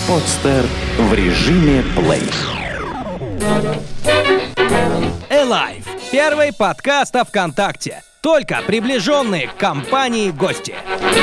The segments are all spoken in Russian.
Подстер в режиме плей. Элайв. Первый подкаст о ВКонтакте. Только приближенные к компании гости.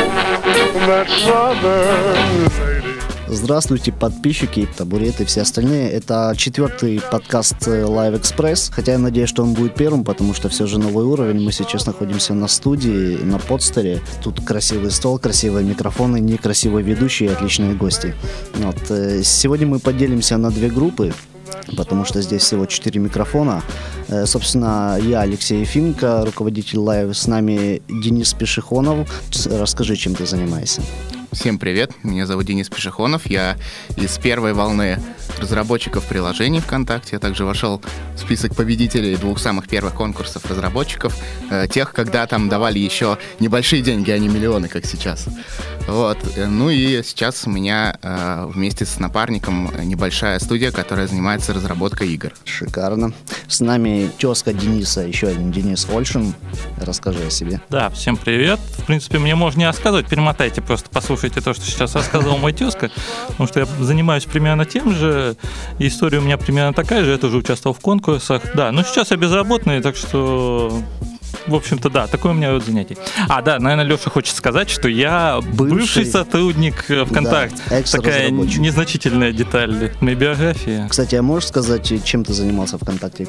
Здравствуйте, подписчики, табуреты и все остальные. Это 4-й подкаст Live Express. Хотя я надеюсь, что он будет первым, потому что все же новый уровень. Мы сейчас находимся на студии, на подстере. Тут красивый стол, красивые микрофоны, некрасивые ведущие и отличные гости. Вот. Сегодня мы поделимся на 2 группы, потому что здесь всего 4 микрофона. Собственно, я Алексей Ефименко, руководитель Live. С нами Денис Пешехонов. Расскажи, чем ты занимаешься. Всем привет, меня зовут Денис Пешехонов, я из первой волны разработчиков приложений ВКонтакте, я также вошел в список победителей 2 самых первых конкурсов разработчиков, тех, когда там давали еще небольшие деньги, а не миллионы, как сейчас. Вот. Ну и сейчас у меня вместе с напарником небольшая студия, которая занимается разработкой игр. Шикарно. С нами тезка Дениса, еще один Денис Ольшин. Расскажи о себе. Да, всем привет. В принципе, мне можно не рассказывать, перемотайте, просто послушайте то, что сейчас рассказывал мой тезка, потому что я занимаюсь примерно тем же, история у меня примерно такая же, я тоже участвовал в конкурсах. Да, но сейчас я безработный, так что... В общем-то, да, такое у меня вот занятие. Да, наверное, Леша хочет сказать, что я бывший сотрудник ВКонтакте. Да, такая незначительная деталь моей биографии. Кстати, а можешь сказать, чем ты занимался ВКонтакте?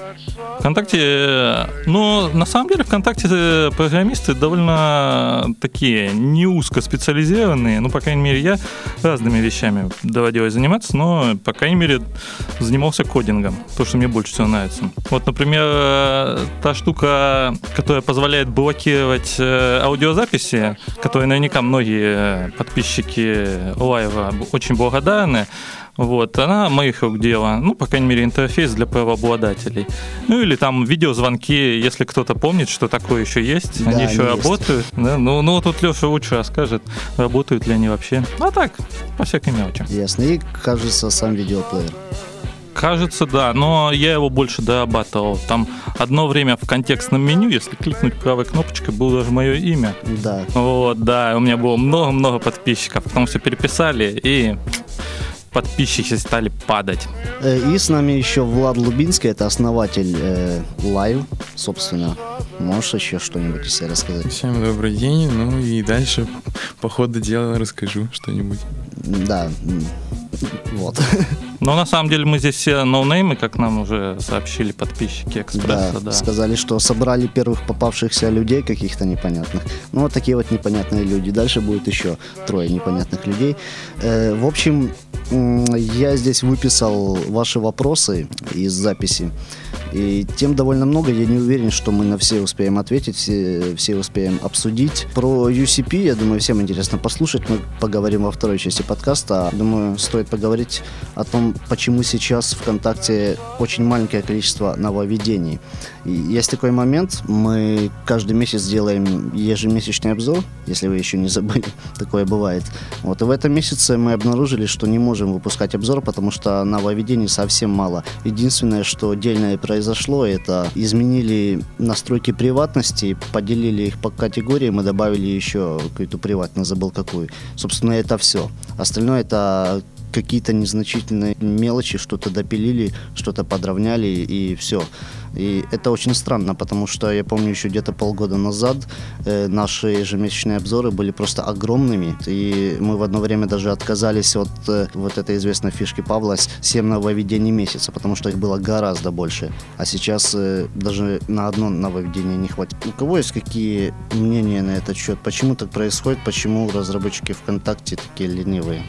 ВКонтакте, на самом деле, ВКонтакте программисты довольно такие не узкоспециализированные. По крайней мере, я разными вещами доводилось заниматься, но, по крайней мере, занимался кодингом, то, что мне больше всего нравится. Вот, например, та штука, которая позволяет блокировать аудиозаписи, которые наверняка многие подписчики лайва очень благодарны. Вот, она моих рук дело, по крайней мере, интерфейс для правообладателей. Или там видеозвонки, если кто-то помнит, что такое еще есть, да, они еще работают. Да? Тут Леша лучше расскажет, работают ли они вообще. Так, по всякой мелочи. Ясно, и, кажется, сам видеоплеер. Кажется, да, но я его больше дорабатывал. Там одно время в контекстном меню, если кликнуть правой кнопочкой, было даже мое имя. Да. Вот, да, у меня было много-много подписчиков. Потом все переписали, и подписчики стали падать. И с нами еще Влад Лубинский, это основатель Live, собственно. Можешь еще что-нибудь о себе рассказать? Всем добрый день, и дальше по ходу дела расскажу что-нибудь. Да, вот. Но на самом деле мы здесь все ноунеймы, как нам уже сообщили подписчики Экспресса. Да, сказали, что собрали первых попавшихся людей каких-то непонятных. Вот такие вот непонятные люди. Дальше будет еще 3 непонятных людей. В общем, я здесь выписал ваши вопросы из записи. И тем довольно много. Я не уверен, что мы на все успеем ответить, все успеем обсудить. Про UCP, я думаю, всем интересно послушать. Мы поговорим во второй части подкаста. Думаю, стоит поговорить о том, почему сейчас ВКонтакте очень маленькое количество нововведений. И есть такой момент. Мы каждый месяц делаем ежемесячный обзор, если вы еще не забыли. Такое бывает. Вот. И в этом месяце мы обнаружили, что не можем выпускать обзор, потому что нововведений совсем мало. Единственное, что дельное произошло, это изменили настройки приватности, поделили их по категориям и добавили еще какую-то приватность, забыл какую. Собственно, это все. Остальное это какие-то незначительные мелочи, что-то допилили, что-то подровняли и все. И это очень странно, потому что я помню еще где-то полгода назад наши ежемесячные обзоры были просто огромными, и мы в одно время даже отказались от вот этой известной фишки Павла 7 нововведений месяца, потому что их было гораздо больше. А сейчас даже на одно нововведение не хватит. У кого есть какие мнения на этот счет? Почему так происходит? Почему разработчики ВКонтакте такие ленивые?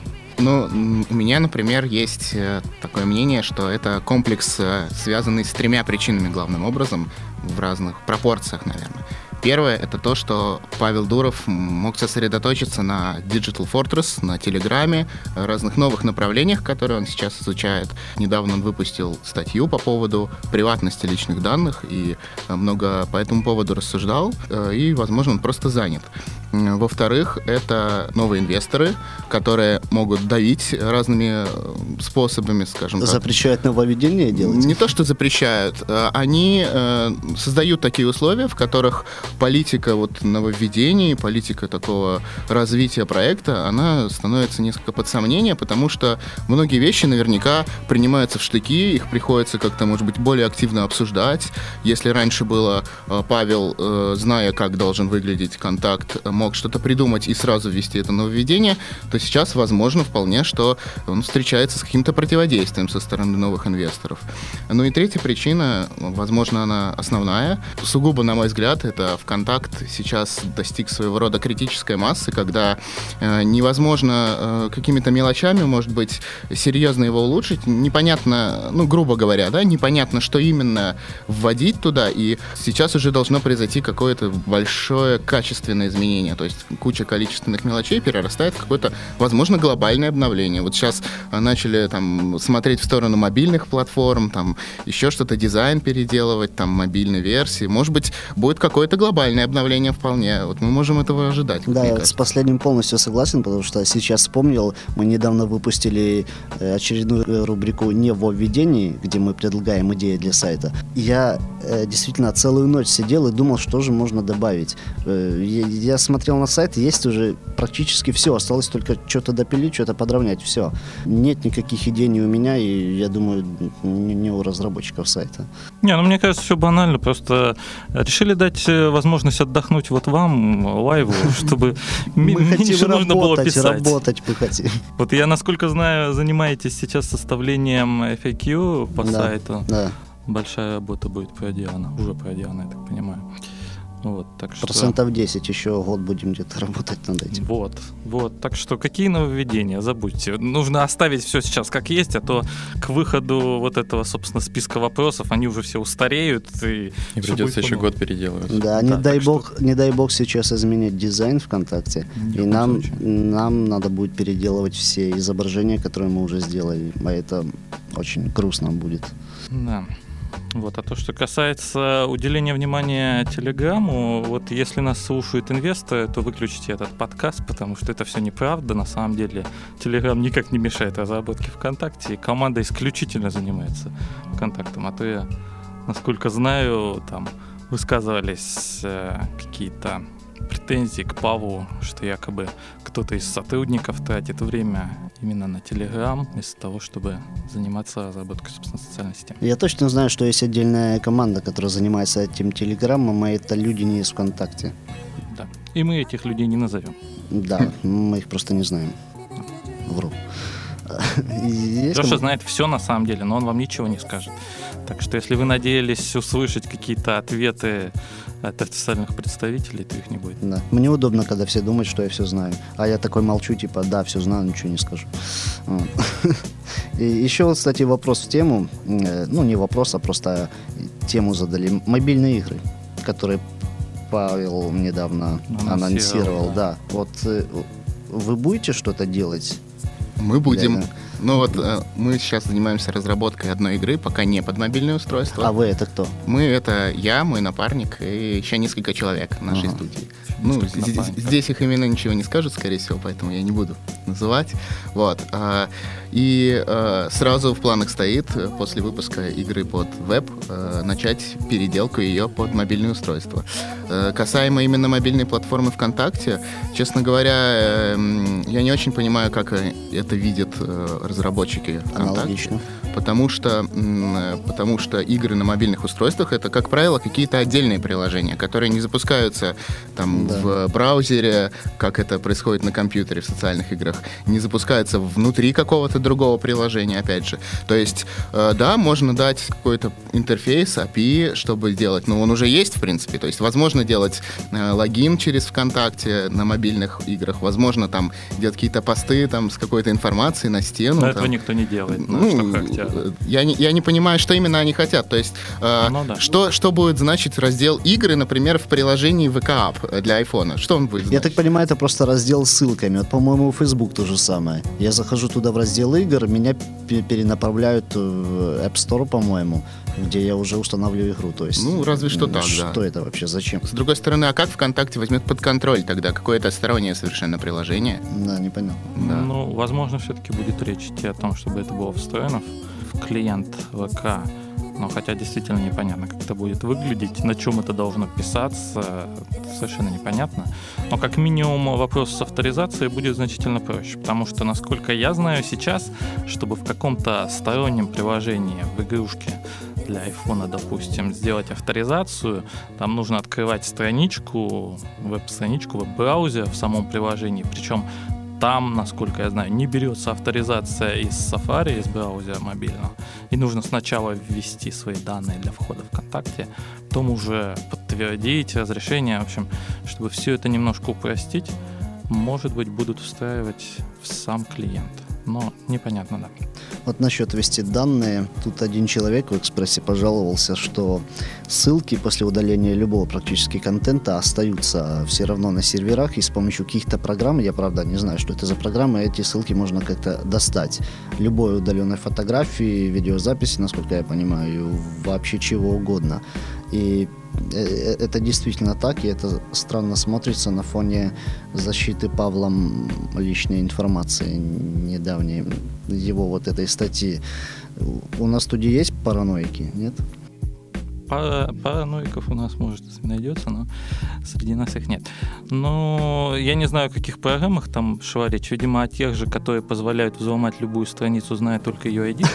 У меня, например, есть такое мнение, что это комплекс, связанный с 3 причинами главным образом, в разных пропорциях, наверное. Первое — это то, что Павел Дуров мог сосредоточиться на Digital Fortress, на Телеграме, разных новых направлениях, которые он сейчас изучает. Недавно он выпустил статью по поводу приватности личных данных и много по этому поводу рассуждал, и, возможно, он просто занят. Во-вторых, это новые инвесторы, которые могут давить разными способами, скажем так. Запрещают нововведения делать? Не то, что запрещают. Они создают такие условия, в которых политика вот нововведений, политика такого развития проекта, она становится несколько под сомнение, потому что многие вещи наверняка принимаются в штыки, их приходится как-то, может быть, более активно обсуждать. Если раньше было Павел, зная, как должен выглядеть контакт, мог что-то придумать и сразу ввести это нововведение, то сейчас возможно вполне, что он встречается с каким-то противодействием со стороны новых инвесторов. Ну и третья причина, возможно, она основная. Сугубо, на мой взгляд, это ВКонтакт сейчас достиг своего рода критической массы, когда невозможно какими-то мелочами, может быть, серьезно его улучшить. Непонятно, ну, грубо говоря, да, непонятно, что именно вводить туда, и сейчас уже должно произойти какое-то большое качественное изменение. То есть куча количественных мелочей перерастает в какое-то, возможно, глобальное обновление. Вот сейчас начали там смотреть в сторону мобильных платформ, там еще что-то, дизайн переделывать, там мобильной версии. Может быть, будет какое-то глобальное обновление вполне. Вот мы можем этого ожидать. Да, с последним полностью согласен, потому что сейчас вспомнил, мы недавно выпустили очередную рубрику «Не во введении», где мы предлагаем идеи для сайта. Я действительно целую ночь сидел и думал, что же можно добавить. Я смотрел на сайт, есть уже практически все, осталось только что-то допилить, что-то подровнять, все. Нет никаких идей ни у меня, и я думаю, не у разработчиков сайта. Не, ну мне кажется, все банально, просто решили дать возможность отдохнуть вот вам, лайву, чтобы меньше нужно было писать. Работать мы хотим. Вот я, насколько знаю, занимаетесь сейчас составлением FAQ по сайту. Да. Большая работа будет проделана, уже проделана, я так понимаю. Вот, так что... 10% еще год будем где-то работать над этим. Вот. Так что какие нововведения? Забудьте. Нужно оставить все сейчас как есть, а то к выходу вот этого, собственно, списка вопросов они уже все устареют. И придется еще год переделывать. Да, не дай бог сейчас изменить дизайн ВКонтакте. И нам надо будет переделывать все изображения, которые мы уже сделали. А это очень грустно будет. Да. Вот, а то, что касается уделения внимания Телеграму, вот если нас слушают инвесторы, то выключите этот подкаст, потому что это все неправда. На самом деле Телеграм никак не мешает разработке ВКонтакте, и команда исключительно занимается ВКонтактом. А то я, насколько знаю, там высказывались какие-то претензии к Павлу, что якобы кто-то из сотрудников тратит время именно на Telegram, вместо того, чтобы заниматься разработкой, собственно, социальной системы. Я точно знаю, что есть отдельная команда, которая занимается этим Телеграмом, а это люди не из ВКонтакте. Да. И мы этих людей не назовем. Да, мы их просто не знаем. Вру. Леша знает все на самом деле, но он вам ничего не скажет. Так что если вы надеялись услышать какие-то ответы от официальных представителей, то их не будет. Да. Мне удобно, когда все думают, что я все знаю. А я такой молчу, типа, да, все знаю, ничего не скажу. И еще, кстати, вопрос в тему. Ну, не вопрос, а просто тему задали. Мобильные игры, которые Павел недавно анонсировал. Да. Вот вы будете что-то делать? Мы будем. Ну вот мы сейчас занимаемся разработкой одной игры, пока не под мобильное устройство. А вы это кто? Мы это я, мой напарник и еще несколько человек в нашей студии. Ну, здесь их имена ничего не скажут, скорее всего, поэтому я не буду называть. Вот. И сразу в планах стоит после выпуска игры под веб начать переделку ее под мобильное устройство. Касаемо именно мобильной платформы ВКонтакте, честно говоря, я не очень понимаю, как это видят разработчики ВКонтакте. Аналогично. Потому что игры на мобильных устройствах — это, как правило, какие-то отдельные приложения, которые не запускаются там в браузере, как это происходит на компьютере в социальных играх, не запускаются внутри какого-то другого приложения, опять же. То есть, да, можно дать какой-то интерфейс, API, чтобы сделать, но он уже есть, в принципе. То есть, возможно делать логин через ВКонтакте на мобильных играх, возможно там делать какие-то посты там с какой-то информацией на стену. Но там. Этого никто не делает. Я не понимаю, что именно они хотят. То есть, что будет значить раздел игры, например, в приложении VK App для айфона? Что он будет значить? Я так понимаю, это просто раздел с ссылками. Вот, по-моему, Facebook то же самое. Я захожу туда в раздел игр, меня перенаправляют в App Store, по-моему, где я уже устанавливаю игру. То есть, разве что так, да. Что это вообще? Зачем? С другой стороны, а как ВКонтакте возьмет под контроль тогда какое-то стороннее совершенно приложение? Да, непонятно. Да. Возможно, все-таки будет речь идти о том, чтобы это было встроено в клиент ВК Но хотя действительно непонятно, как это будет выглядеть, на чем это должно писаться, совершенно непонятно. Но как минимум вопрос с авторизацией будет значительно проще, потому что, насколько я знаю сейчас, чтобы в каком-то стороннем приложении, в игрушке для айфона, допустим, сделать авторизацию, там нужно открывать страничку, веб-страничку, веб-браузер в самом приложении, причем там, насколько я знаю, не берется авторизация из Safari, из браузера мобильного. И нужно сначала ввести свои данные для входа в ВКонтакте, потом уже подтвердить разрешение. В общем, чтобы все это немножко упростить, может быть, будут встраивать в сам клиент. Но непонятно, да. Вот насчет ввести данные. Тут один человек в Экспрессе пожаловался, что ссылки после удаления любого практически контента остаются все равно на серверах, и с помощью каких-то программ, я правда не знаю, что это за программы, эти ссылки можно как-то достать. Любой удаленной фотографии, видеозаписи, насколько я понимаю, вообще чего угодно. И это действительно так, и это странно смотрится на фоне защиты Павлом личной информации недавней, его вот этой статьи. У нас в студии есть параноики, нет? Параноиков у нас, может, найдется, но среди нас их нет. Но я не знаю, о каких программах там шла речь. Видимо, о тех же, которые позволяют взломать любую страницу, зная только ее ID.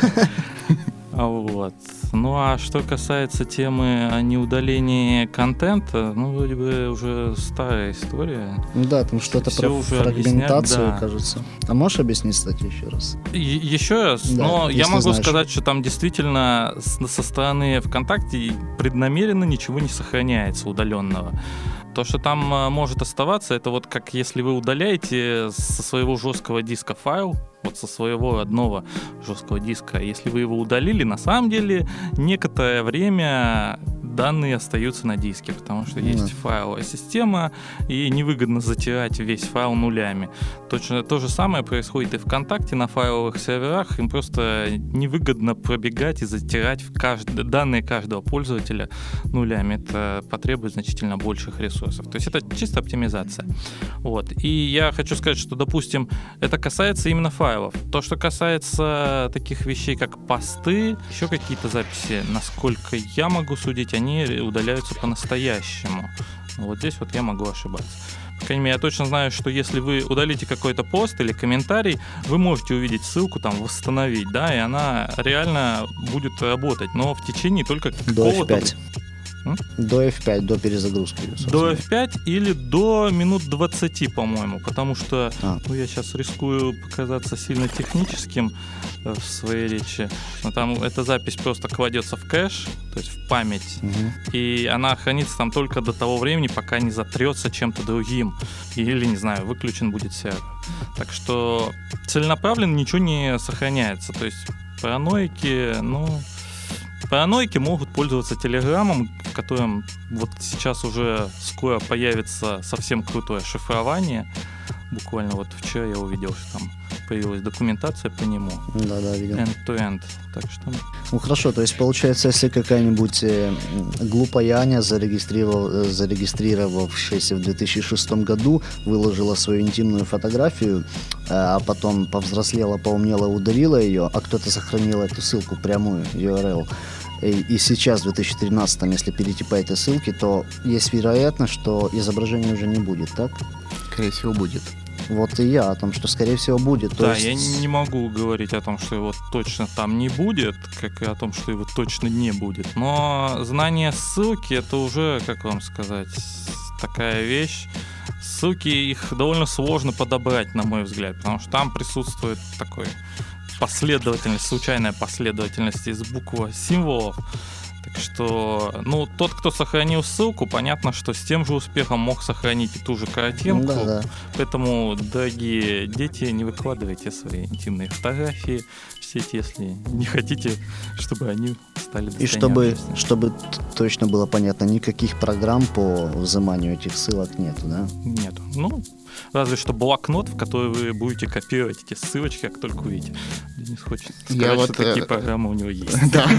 Вот. Ну а что касается темы о неудалении контента, ну вроде бы уже старая история. Да, там что-то Всё про уже фрагментацию, объяснять, да. кажется. А можешь объяснить статью еще раз? Еще раз, Да, но я если могу знаешь. сказать, что там действительно со стороны ВКонтакте преднамеренно ничего не сохраняется удаленного. То, что там может оставаться, это вот как если вы удаляете со своего жесткого диска файл, вот со своего родного жесткого диска, если вы его удалили, на самом деле некоторое время данные остаются на диске, потому что есть файловая система, и невыгодно затирать весь файл нулями. Точно то же самое происходит и ВКонтакте на файловых серверах, им просто невыгодно пробегать и затирать данные каждого пользователя нулями. Это потребует значительно больших ресурсов. То есть это чисто оптимизация. Вот. И я хочу сказать, что, допустим, это касается именно файлов. То, что касается таких вещей, как посты, еще какие-то записи, насколько я могу судить, они удаляются по-настоящему. Вот здесь вот я могу ошибаться. По крайней мере, я точно знаю, что если вы удалите какой-то пост или комментарий, вы можете увидеть ссылку, там, восстановить, да, и она реально будет работать, но в течение только какого-то... F5. До F5, до перезагрузки. До F5 или до минут 20, по-моему, потому что я сейчас рискую показаться сильно техническим в своей речи, но там эта запись просто кладется в кэш, то есть в память, и она хранится там только до того времени, пока не затрется чем-то другим, или, не знаю, выключен будет сервер. Так что целенаправленно ничего не сохраняется, то есть параноики могут пользоваться Телеграмом, в котором вот сейчас уже скоро появится совсем крутое шифрование. Буквально вот вчера я увидел, что там появилась документация по нему. Да, видел. End-to-end. Так что... Ну хорошо, то есть получается, если какая-нибудь глупая Аня, зарегистрировавшаяся в 2006 году, выложила свою интимную фотографию, а потом повзрослела, поумнела, удалила ее, а кто-то сохранил эту ссылку прямую, URL, и сейчас, в 2013, если перейти по этой ссылке, то есть вероятность, что изображения уже не будет, так? Скорее всего, будет. Вот и я о том, что, скорее всего, будет. Да, я не могу говорить о том, что его точно там не будет, как и о том, что его точно не будет. Но знание ссылки — это уже, как вам сказать, такая вещь. Ссылки, их довольно сложно подобрать, на мой взгляд, потому что там присутствует такой случайная последовательность из букв, символов. Так что, тот, кто сохранил ссылку, понятно, что с тем же успехом мог сохранить и ту же картинку. Да. Поэтому, дорогие дети, не выкладывайте свои интимные фотографии в сеть, если не хотите, чтобы они стали достоянием. И чтобы точно было понятно, никаких программ по взиманию этих ссылок нету, да? Нету. Разве что блокнот, в который вы будете копировать эти ссылочки, как только увидите. Денис хочет сказать, что такие программы у него есть. Да.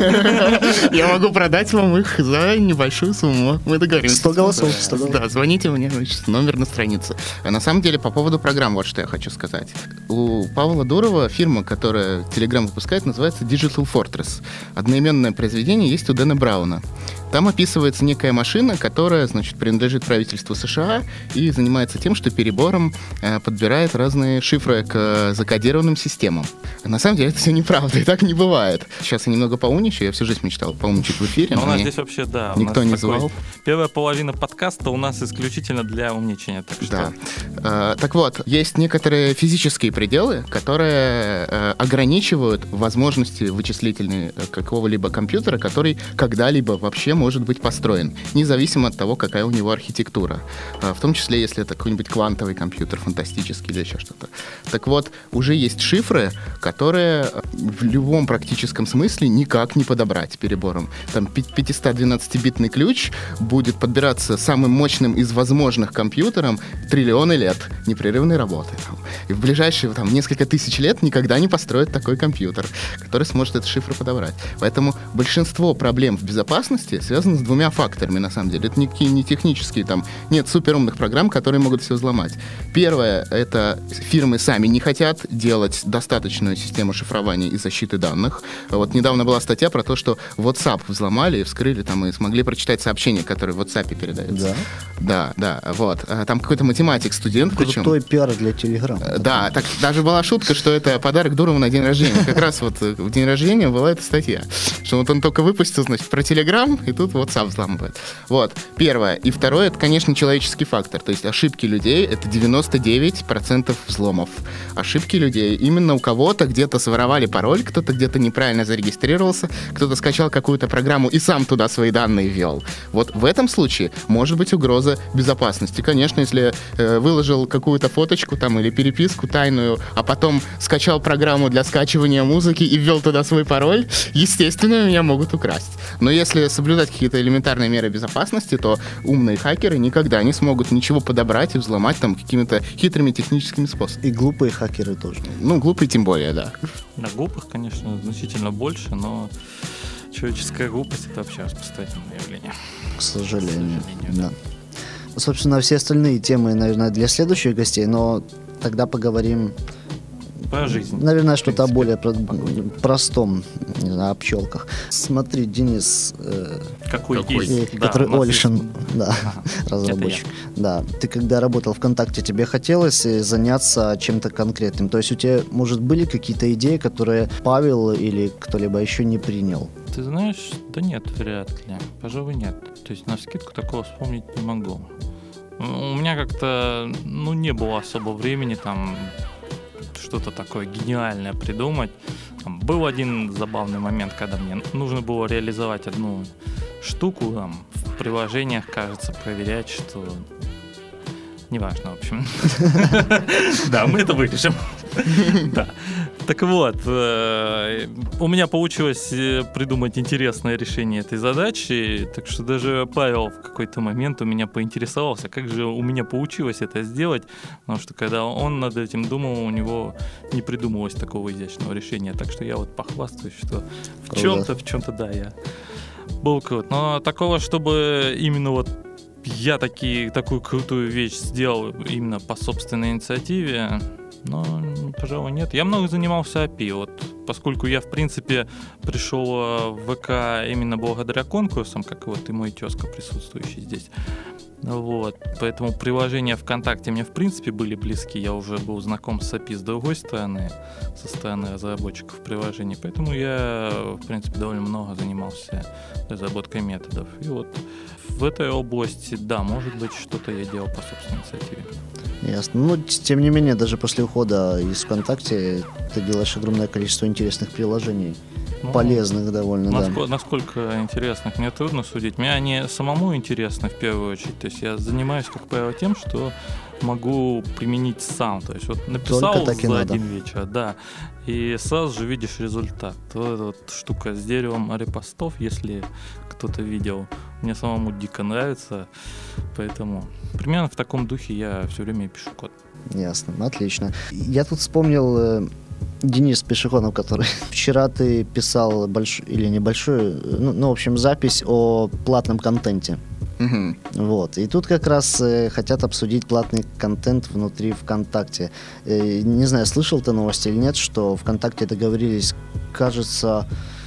Я могу продать вам их за небольшую сумму. Мы договоримся. 100 голосов. Да, звоните мне, значит, номер на странице. А на самом деле, по поводу программ, вот что я хочу сказать. У Павла Дурова фирма, которая Telegram выпускает, называется Digital Fortress. Одноименное произведение есть у Дэна Брауна. Там описывается некая машина, которая, значит, принадлежит правительству США и занимается тем, что перебором подбирает разные шифры к закодированным системам. А на самом деле это все неправда, и так не бывает. Сейчас я немного поумничаю, я всю жизнь мечтал поумничать в эфире. Но у нас здесь вообще, да. Никто не звал. Первая половина подкаста у нас исключительно для умничания. Так что... Да. Так вот, есть некоторые физические пределы, которые ограничивают возможности вычислительные какого-либо компьютера, который когда-либо вообще может быть построен, независимо от того, какая у него архитектура. В том числе, если это какой-нибудь квантовый компьютер, фантастический или еще что-то. Так вот, уже есть шифры, которые в любом практическом смысле никак не подобрать перебором. Там 512-битный ключ будет подбираться самым мощным из возможных компьютером триллионы лет непрерывной работы. И в ближайшие несколько тысяч лет никогда не построят такой компьютер, который сможет этот шифр подобрать. Поэтому большинство проблем в безопасности связано с двумя факторами, на самом деле. Это никакие не технические, там нет суперумных программ, которые могут все взломать. Первое, это фирмы сами не хотят делать достаточную систему шифрования и защиты данных. Вот недавно была статья про то, что WhatsApp взломали и вскрыли там и смогли прочитать сообщения, которые в WhatsApp передаются. Да? Да, вот. Там какой-то математик, студент. Крутой пиар для Telegram. Да, так даже была шутка, что это подарок Дурову на день рождения. Как раз вот в день рождения была эта статья, что вот он только выпустил, значит, про Telegram, и тут WhatsApp взламывает. Вот, первое. И второе, это, конечно, человеческий фактор. То есть ошибки людей — это 99% взломов. Ошибки людей. Именно у кого-то где-то своровали пароль, кто-то где-то неправильно зарегистрировался, кто-то скачал какую-то программу и сам туда свои данные ввел. Вот в этом случае может быть угроза безопасности. Конечно, если выложил какую-то фоточку там или переписку тайную, а потом скачал программу для скачивания музыки и ввел туда свой пароль, естественно, меня могут украсть. Но если соблюдать какие-то элементарные меры безопасности, то умные хакеры никогда не смогут ничего подобрать и взломать там какими-то хитрыми техническими способами. И глупые хакеры тоже. Ну, глупые тем более, да. Да, глупых, конечно, значительно больше, но человеческая глупость — это вообще распространенное явление. К сожалению, да. Собственно, все остальные темы, наверное, для следующих гостей, но тогда поговорим... Про жизнь. Наверное, что-то более простом, не знаю, о пчелках. Смотри, Денис, который Ольшин, да, разработчик. Да. Ты когда работал ВКонтакте, тебе хотелось заняться чем-то конкретным? То есть у тебя, может, были какие-то идеи, которые Павел или кто-либо еще не принял? Ты знаешь, да нет, вряд ли. Пожалуй, нет. То есть навскидку такого вспомнить не могу. У меня как-то, не было особо времени там что-то такое гениальное придумать. Там был один забавный момент, когда мне нужно было реализовать одну штуку там, в приложениях, кажется, проверять, что... Неважно, в общем. Да, мы это вырежем. Да. Так вот, у меня получилось придумать интересное решение этой задачи, так что даже Павел в какой-то момент у меня поинтересовался, как же у меня получилось это сделать, потому что когда он над этим думал, у него не придумывалось такого изящного решения, так что я вот похвастаюсь, что в чем-то, да, я был крут. Но такого, чтобы именно вот я такую крутую вещь сделал именно по собственной инициативе, но, пожалуй, нет. Я много занимался API. Вот, поскольку я, в принципе, пришел в ВК именно благодаря конкурсам, как вот и мой тезка, присутствующий здесь. Вот. Поэтому приложения ВКонтакте мне, в принципе, были близки. Я уже был знаком с API с другой стороны, со стороны разработчиков приложений. Поэтому я, в принципе, довольно много занимался разработкой методов. И вот в этой области, да, может быть, что-то я делал по собственной инициативе. Ясно. Ну, тем не менее, даже после ухода из ВКонтакте ты делаешь огромное количество интересных приложений. Полезных довольно, да. Насколько интересных, мне трудно судить. Мне они самому интересны в первую очередь. То есть я занимаюсь, как правило, тем, что могу применить сам. То есть вот написал за один вечер, да, и сразу же видишь результат. Вот штука с деревом репостов, если кто-то видел мне самому дико нравится, поэтому примерно в таком духе я все время и пишу код. Ясно, отлично. Я тут вспомнил Денис Пешехонов, который вчера ты писал или небольшую, в общем, запись о платном контенте. Мгм. Вот. И тут как раз хотят обсудить платный контент внутри ВКонтакте. Не знаю, слышал ты новости или нет, что ВКонтакте договорились, кажется,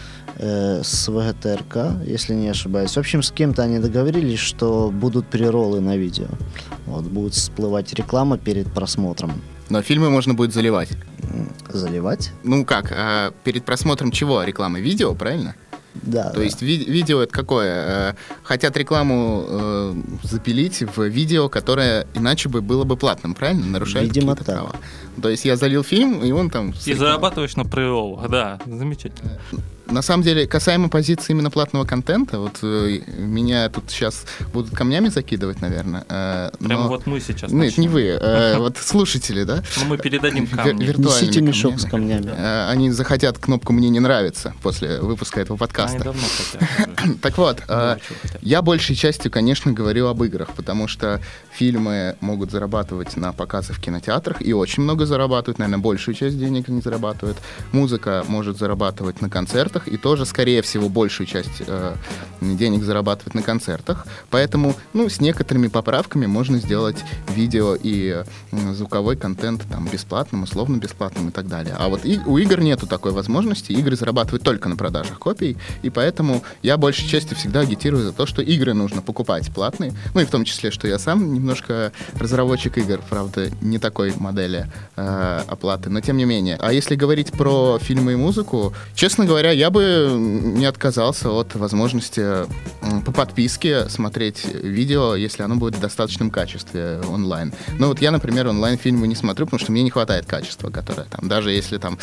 с ВГТРК, если не ошибаюсь. В общем, с кем-то они договорились, что будут прероллы на видео. Вот, будет всплывать реклама перед просмотром. Но фильмы можно будет заливать. Заливать? Ну как, перед просмотром чего? Рекламы? Видео, правильно? Да. То есть видео это какое? Хотят рекламу запилить в видео, которое иначе бы было бы платным, правильно? Нарушают Видимо, какие-то так. права. То есть я залил фильм, и он там... И зарабатываешь на прероллах, да, замечательно. На самом деле, касаемо позиции именно платного контента, вот меня тут сейчас будут камнями закидывать, наверное. Прямо вот мы сейчас Нет, начнем. не вы, вот слушатели, да? Но мы передадим камни. Виртуальными Несите мешок с камнями. камнями. Они захотят кнопку «Мне не нравится» после выпуска этого Они подкаста. давно хотят. Так вот, Много чего хотят. я большей частью, конечно, говорю об играх, потому что фильмы могут зарабатывать на показах в кинотеатрах, и очень много зарабатывают, наверное, большую часть денег они зарабатывают. Музыка может зарабатывать на концертах, и тоже, скорее всего, большую часть денег зарабатывать на концертах. Поэтому, с некоторыми поправками можно сделать видео и звуковой контент там бесплатным, условно бесплатным и так далее. А вот у игр нету такой возможности. Игры зарабатывают только на продажах копий, и поэтому я большей частью всегда агитирую за то, что игры нужно покупать платные. И в том числе, что я сам немножко разработчик игр, правда, не такой модели оплаты, но тем не менее. А если говорить про фильмы и музыку, честно говоря, я бы не отказался от возможности по подписке смотреть видео, если оно будет в достаточном качестве онлайн. Я, например, онлайн-фильмы не смотрю, потому что мне не хватает качества, которое там, даже если там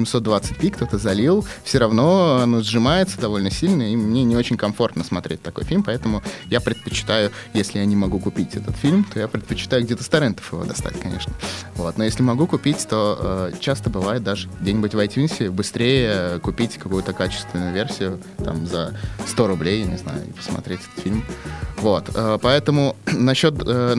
720p кто-то залил, все равно оно сжимается довольно сильно, и мне не очень комфортно смотреть такой фильм, поэтому я предпочитаю, если я не могу купить этот фильм, то я предпочитаю где-то с торрентов его достать, конечно. Но если могу купить, то часто бывает даже где-нибудь в iTunes быстрее купить какую-то качественную версию там за 100 рублей, не знаю, и посмотреть этот фильм. Поэтому насчет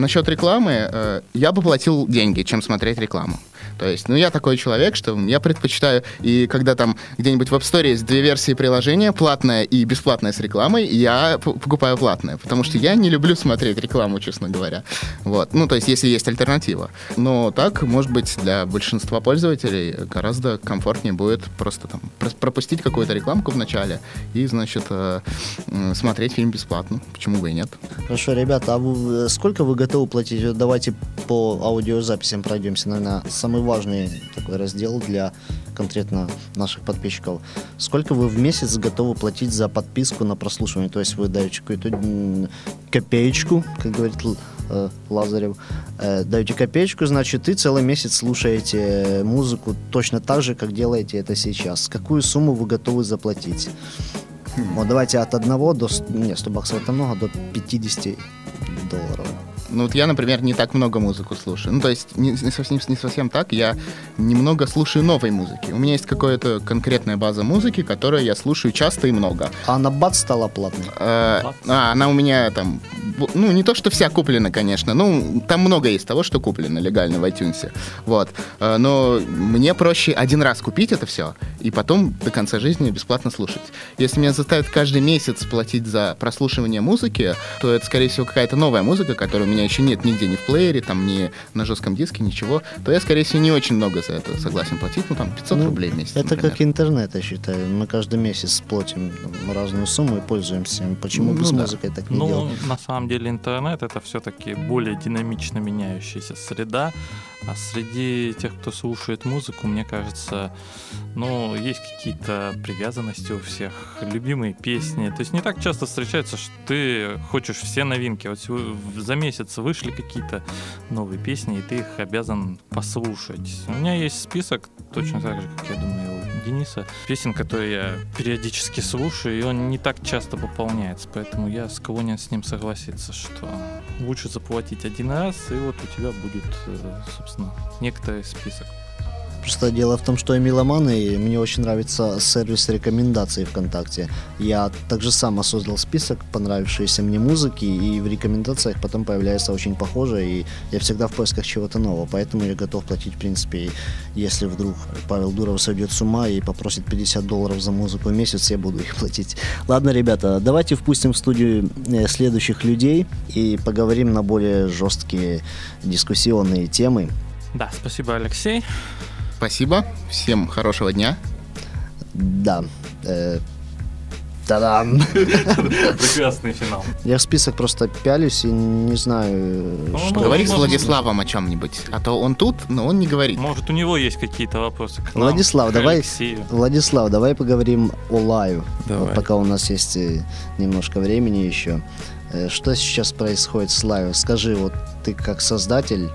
рекламы я бы платил деньги, чем смотреть рекламу. То есть, я такой человек, что я предпочитаю, и когда там где-нибудь в App Store есть две версии приложения, платная и бесплатная с рекламой, я покупаю платное, потому что я не люблю смотреть рекламу, честно говоря. То есть, если есть альтернатива. Но так, может быть, для большинства пользователей гораздо комфортнее будет просто там пропустить какую-то рекламку в начале и, значит, смотреть фильм бесплатно. Почему бы и нет? Хорошо, ребята, а сколько вы готовы платить? Вот давайте по аудиозаписям пройдемся, наверное, самый важный такой раздел для конкретно наших подписчиков. Сколько вы в месяц готовы платить за подписку на прослушивание? То есть вы даете какую-то копеечку, как говорит Лазарев, даете копеечку, значит, и целый месяц слушаете музыку точно так же, как делаете это сейчас. Какую сумму вы готовы заплатить? Давайте от 1 до... 100 баксов это много, до $50. Я, например, не так много музыку слушаю. То есть не совсем так. Я немного слушаю новой музыки. У меня есть какая-то конкретная база музыки, которую я слушаю часто и много. А она бац стала платной? Она у меня там... не то, что вся куплена, конечно. Там много есть того, что куплено легально в iTunes. Но мне проще один раз купить это все, и потом до конца жизни бесплатно слушать. Если меня заставят каждый месяц платить за прослушивание музыки, то это, скорее всего, какая-то новая музыка, которой у меня еще нет нигде, ни в плеере, там, ни на жестком диске, ничего, то я, скорее всего, не очень много за это согласен платить, 500 рублей в месяц, Это например. как интернет, я считаю. Мы каждый месяц платим разную сумму и пользуемся. Почему бы с музыкой так не делать? На самом деле интернет — это все-таки более динамично меняющаяся среда, а среди тех, кто слушает музыку, мне кажется, есть какие-то привязанности у всех, любимые песни. То есть не так часто встречается, что ты хочешь все новинки. За месяц вышли какие-то новые песни, и ты их обязан послушать. У меня есть список, точно так же, как, я думаю, у Дениса, песен, которые я периодически слушаю, и он не так часто пополняется. Поэтому я склонен с ним согласиться, что лучше заплатить один раз, и у тебя будет, собственно, некоторый список. Просто дело в том, что я меломан, и мне очень нравится сервис рекомендаций ВКонтакте. Я также сам создал список понравившейся мне музыки, и в рекомендациях потом появляется очень похоже, и я всегда в поисках чего-то нового. Поэтому я готов платить, в принципе, если вдруг Павел Дуров сойдет с ума и попросит $50 за музыку в месяц, я буду их платить. Ладно, ребята, давайте впустим в студию следующих людей и поговорим на более жесткие дискуссионные темы. Да, спасибо, Алексей. Спасибо. Всем хорошего дня. Да. Та-дам! Прекрасный финал. Я в список просто пялюсь и не знаю, что... Говори с Владиславом о чем-нибудь, а то он тут, но он не говорит. Может, у него есть какие-то вопросы к нам, Владислав, к давай, Алексею. Владислав, давай поговорим о Лаю. Давай. Вот пока у нас есть немножко времени еще. Что сейчас происходит с Лаю? Скажи, вот ты как создатель...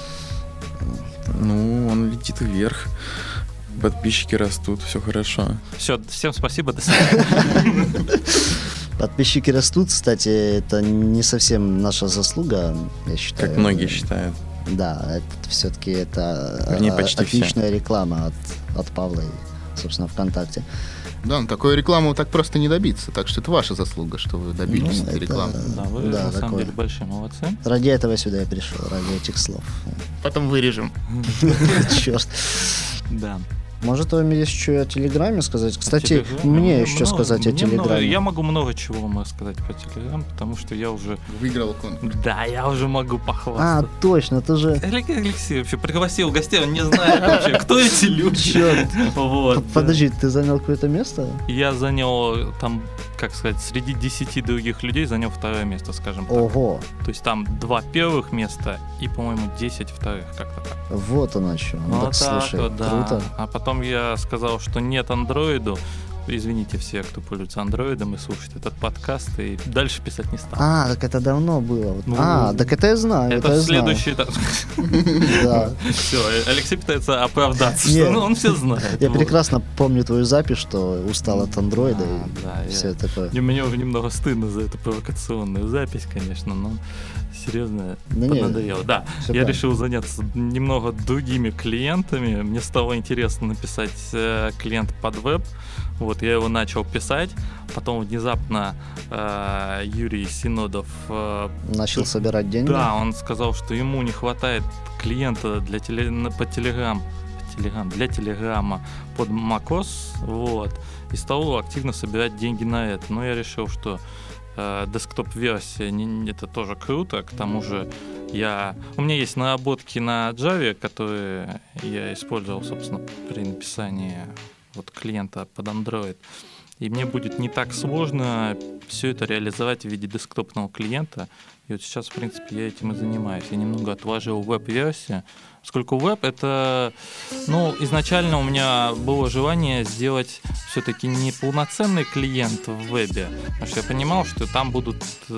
Ну, он летит вверх. Подписчики растут, все хорошо. Все, всем спасибо, до свидания. Подписчики растут, кстати, это не совсем наша заслуга, я считаю. Как многие считают. Да, это все-таки это Вернее, почти отличная реклама от Павла и, собственно, ВКонтакте. Да, но такой рекламы так просто не добиться, так что это ваша заслуга, что вы добились этой рекламы. Да, вы Да, на самом такое. деле большие молодцы. Ради этого сюда я пришел, ради этих слов. Потом вырежем. Черт. Да. Может, вам есть что о Телеграме сказать? Кстати, Телеграм. мне есть что сказать о Мне много- Телеграме. Я могу много чего вам рассказать про Телеграм, потому что я уже... Выиграл конкурс. Да, я уже могу А, похвастаться. точно, ты же... Алексей вообще пригласил гостей, он не знает вообще, кто эти люди. Черт. Вот. Подожди, ты занял какое-то место? Я занял там, как сказать, среди 10 других людей занял второе место, скажем так. Ого, То есть там 2 первых места и, по-моему, 10 вторых, как-то так. вот оно что. Ну, Вот так, слушай, вот, да. круто. А потом я сказал, что нет андроиду. Извините все, кто пользуется андроидом и слушает этот подкаст, и дальше писать не стал. А, так это давно было. Вот. Ну, Так это я знаю. Это я следующий этап. знаю. Да. Все, Алексей пытается оправдаться, Нет. что он все знает. Я Вот. прекрасно помню твою запись, что устал от андроида Да, и все такое. И мне уже немного стыдно за эту провокационную запись, конечно, но серьезно Да не, поднадоело. Да, всё я правильно. решил заняться немного другими клиентами. Мне стало интересно написать клиент под веб. Вот, я его начал писать. Потом внезапно Юрий Синодов... Начал собирать деньги. Да, он сказал, что ему не хватает клиента для для Телеграма под macOS, вот, и стал активно собирать деньги на это. Но я решил, что десктоп-версия это тоже круто, к тому же у меня есть наработки на Java, которые я использовал, собственно, при написании вот клиента под Android. И мне будет не так сложно все это реализовать в виде десктопного клиента. И вот сейчас, в принципе, я этим и занимаюсь. Я немного отложил веб-версию. Поскольку веб — это... изначально у меня было желание сделать все-таки не полноценный клиент в вебе, потому что я понимал, что там будут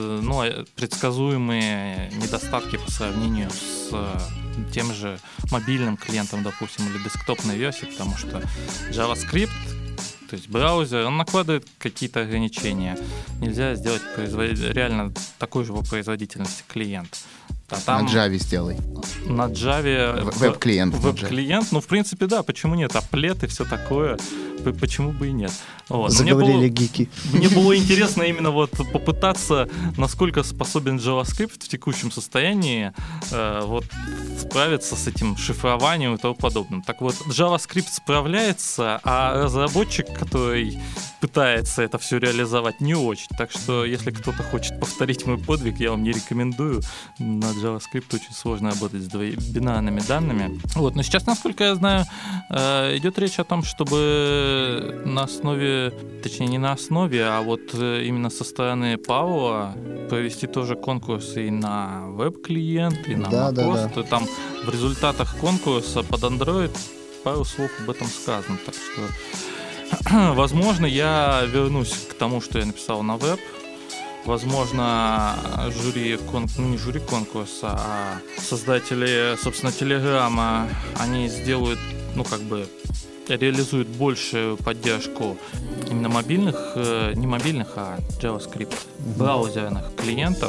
предсказуемые недостатки по сравнению с тем же мобильным клиентом, допустим, или десктопной версией, потому что JavaScript, то есть браузер, он накладывает какие-то ограничения. Нельзя сделать реально такой же по производительности клиент. А там На Java сделай. на Java Веб-клиент. на Java. веб-клиент, в принципе, да, почему нет? Аплет и все такое, почему бы и нет? Вот. Заговорили гики. Мне было интересно именно вот попытаться, насколько способен JavaScript в текущем состоянии справиться с этим шифрованием и тому подобным. Так вот, JavaScript справляется, а разработчик, который пытается это все реализовать, не очень. Так что, если кто-то хочет повторить мой подвиг, я вам не рекомендую. На JavaScript очень сложно работать с бинарными данными. Вот. Но сейчас, насколько я знаю, идет речь о том, чтобы на основе, точнее не на основе, а вот именно со стороны Павла провести тоже конкурсы и на веб-клиент, и на macOS. То там в результатах конкурса под Android пару слов об этом сказано. Так что, возможно, я вернусь к тому, что я написал на веб. Возможно, не жюри конкурса, а создатели, собственно, Телеграма, они сделают, реализуют большую поддержку именно мобильных, не мобильных, а JavaScript, браузерных клиентов.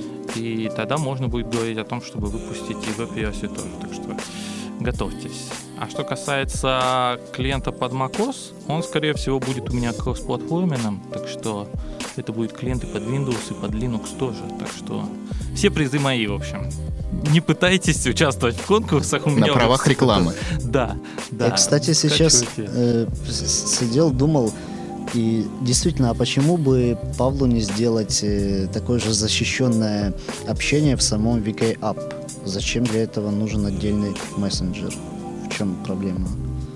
И тогда можно будет говорить о том, чтобы выпустить и веб-версию тоже. Так что готовьтесь. А что касается клиента под macOS, он, скорее всего, будет у меня кроссплатформенным, так что это будет клиент и под Windows, и под Linux тоже. Так что все призы мои, в общем. Не пытайтесь участвовать в конкурсах. У меня на правах рекламы. Да. Я, кстати, сейчас сидел, думал, и действительно, а почему бы Павлу не сделать такое же защищенное общение в самом VK App? Зачем для этого нужен отдельный мессенджер? В чем проблема?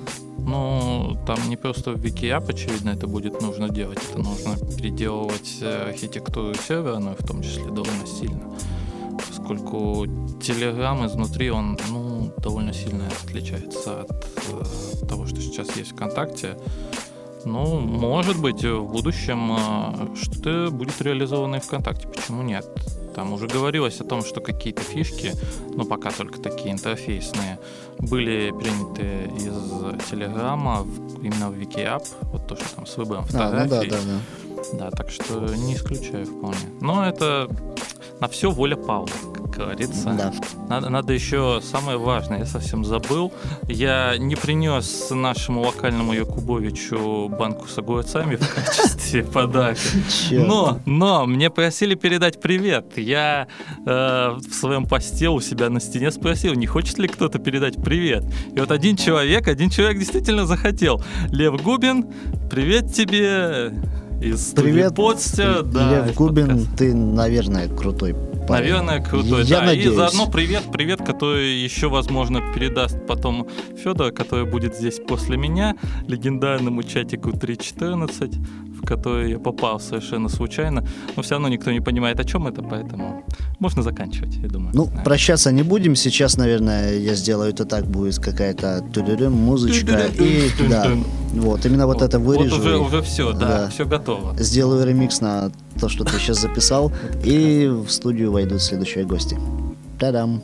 Ну, там не просто в VK-App, очевидно, это будет нужно делать. Это нужно переделывать архитектуру сервера, но в том числе довольно сильно. Поскольку Telegram изнутри, он довольно сильно отличается от того, что сейчас есть ВКонтакте. Ну, может быть, в будущем что-то будет реализовано и ВКонтакте. Почему нет? Там уже говорилось о том, что какие-то фишки, но пока только такие интерфейсные, были приняты из Телеграма именно в VK-App, вот то, что там с выбором фотографий. Да, так что не исключаю вполне. Но это на все воля Павла, как говорится. Да. Надо еще самое важное, я совсем забыл. Я не принес нашему локальному Якубовичу банку с огурцами в качестве подарка. Но мне просили передать привет. Я в своем посте у себя на стене спросил, не хочет ли кто-то передать привет. И вот один человек действительно захотел. Лев Губин, привет тебе. Из привет, Подстя, Лев Губин, ты, наверное, крутой парень. Наверное, крутой, я надеюсь. И заодно привет, который еще, возможно, передаст потом Федор, который будет здесь после меня, легендарному чатику 3.14, в который я попал совершенно случайно, но все равно никто не понимает, о чем это, поэтому можно заканчивать, я думаю. Ну, прощаться не будем, сейчас, наверное, я сделаю это так, будет какая-то музычка, и да, вот, именно вот это вырежу. Вот уже все, да, все готово. Сделаю ремикс на то, что ты сейчас записал, и в студию войдут следующие гости. Та-дам!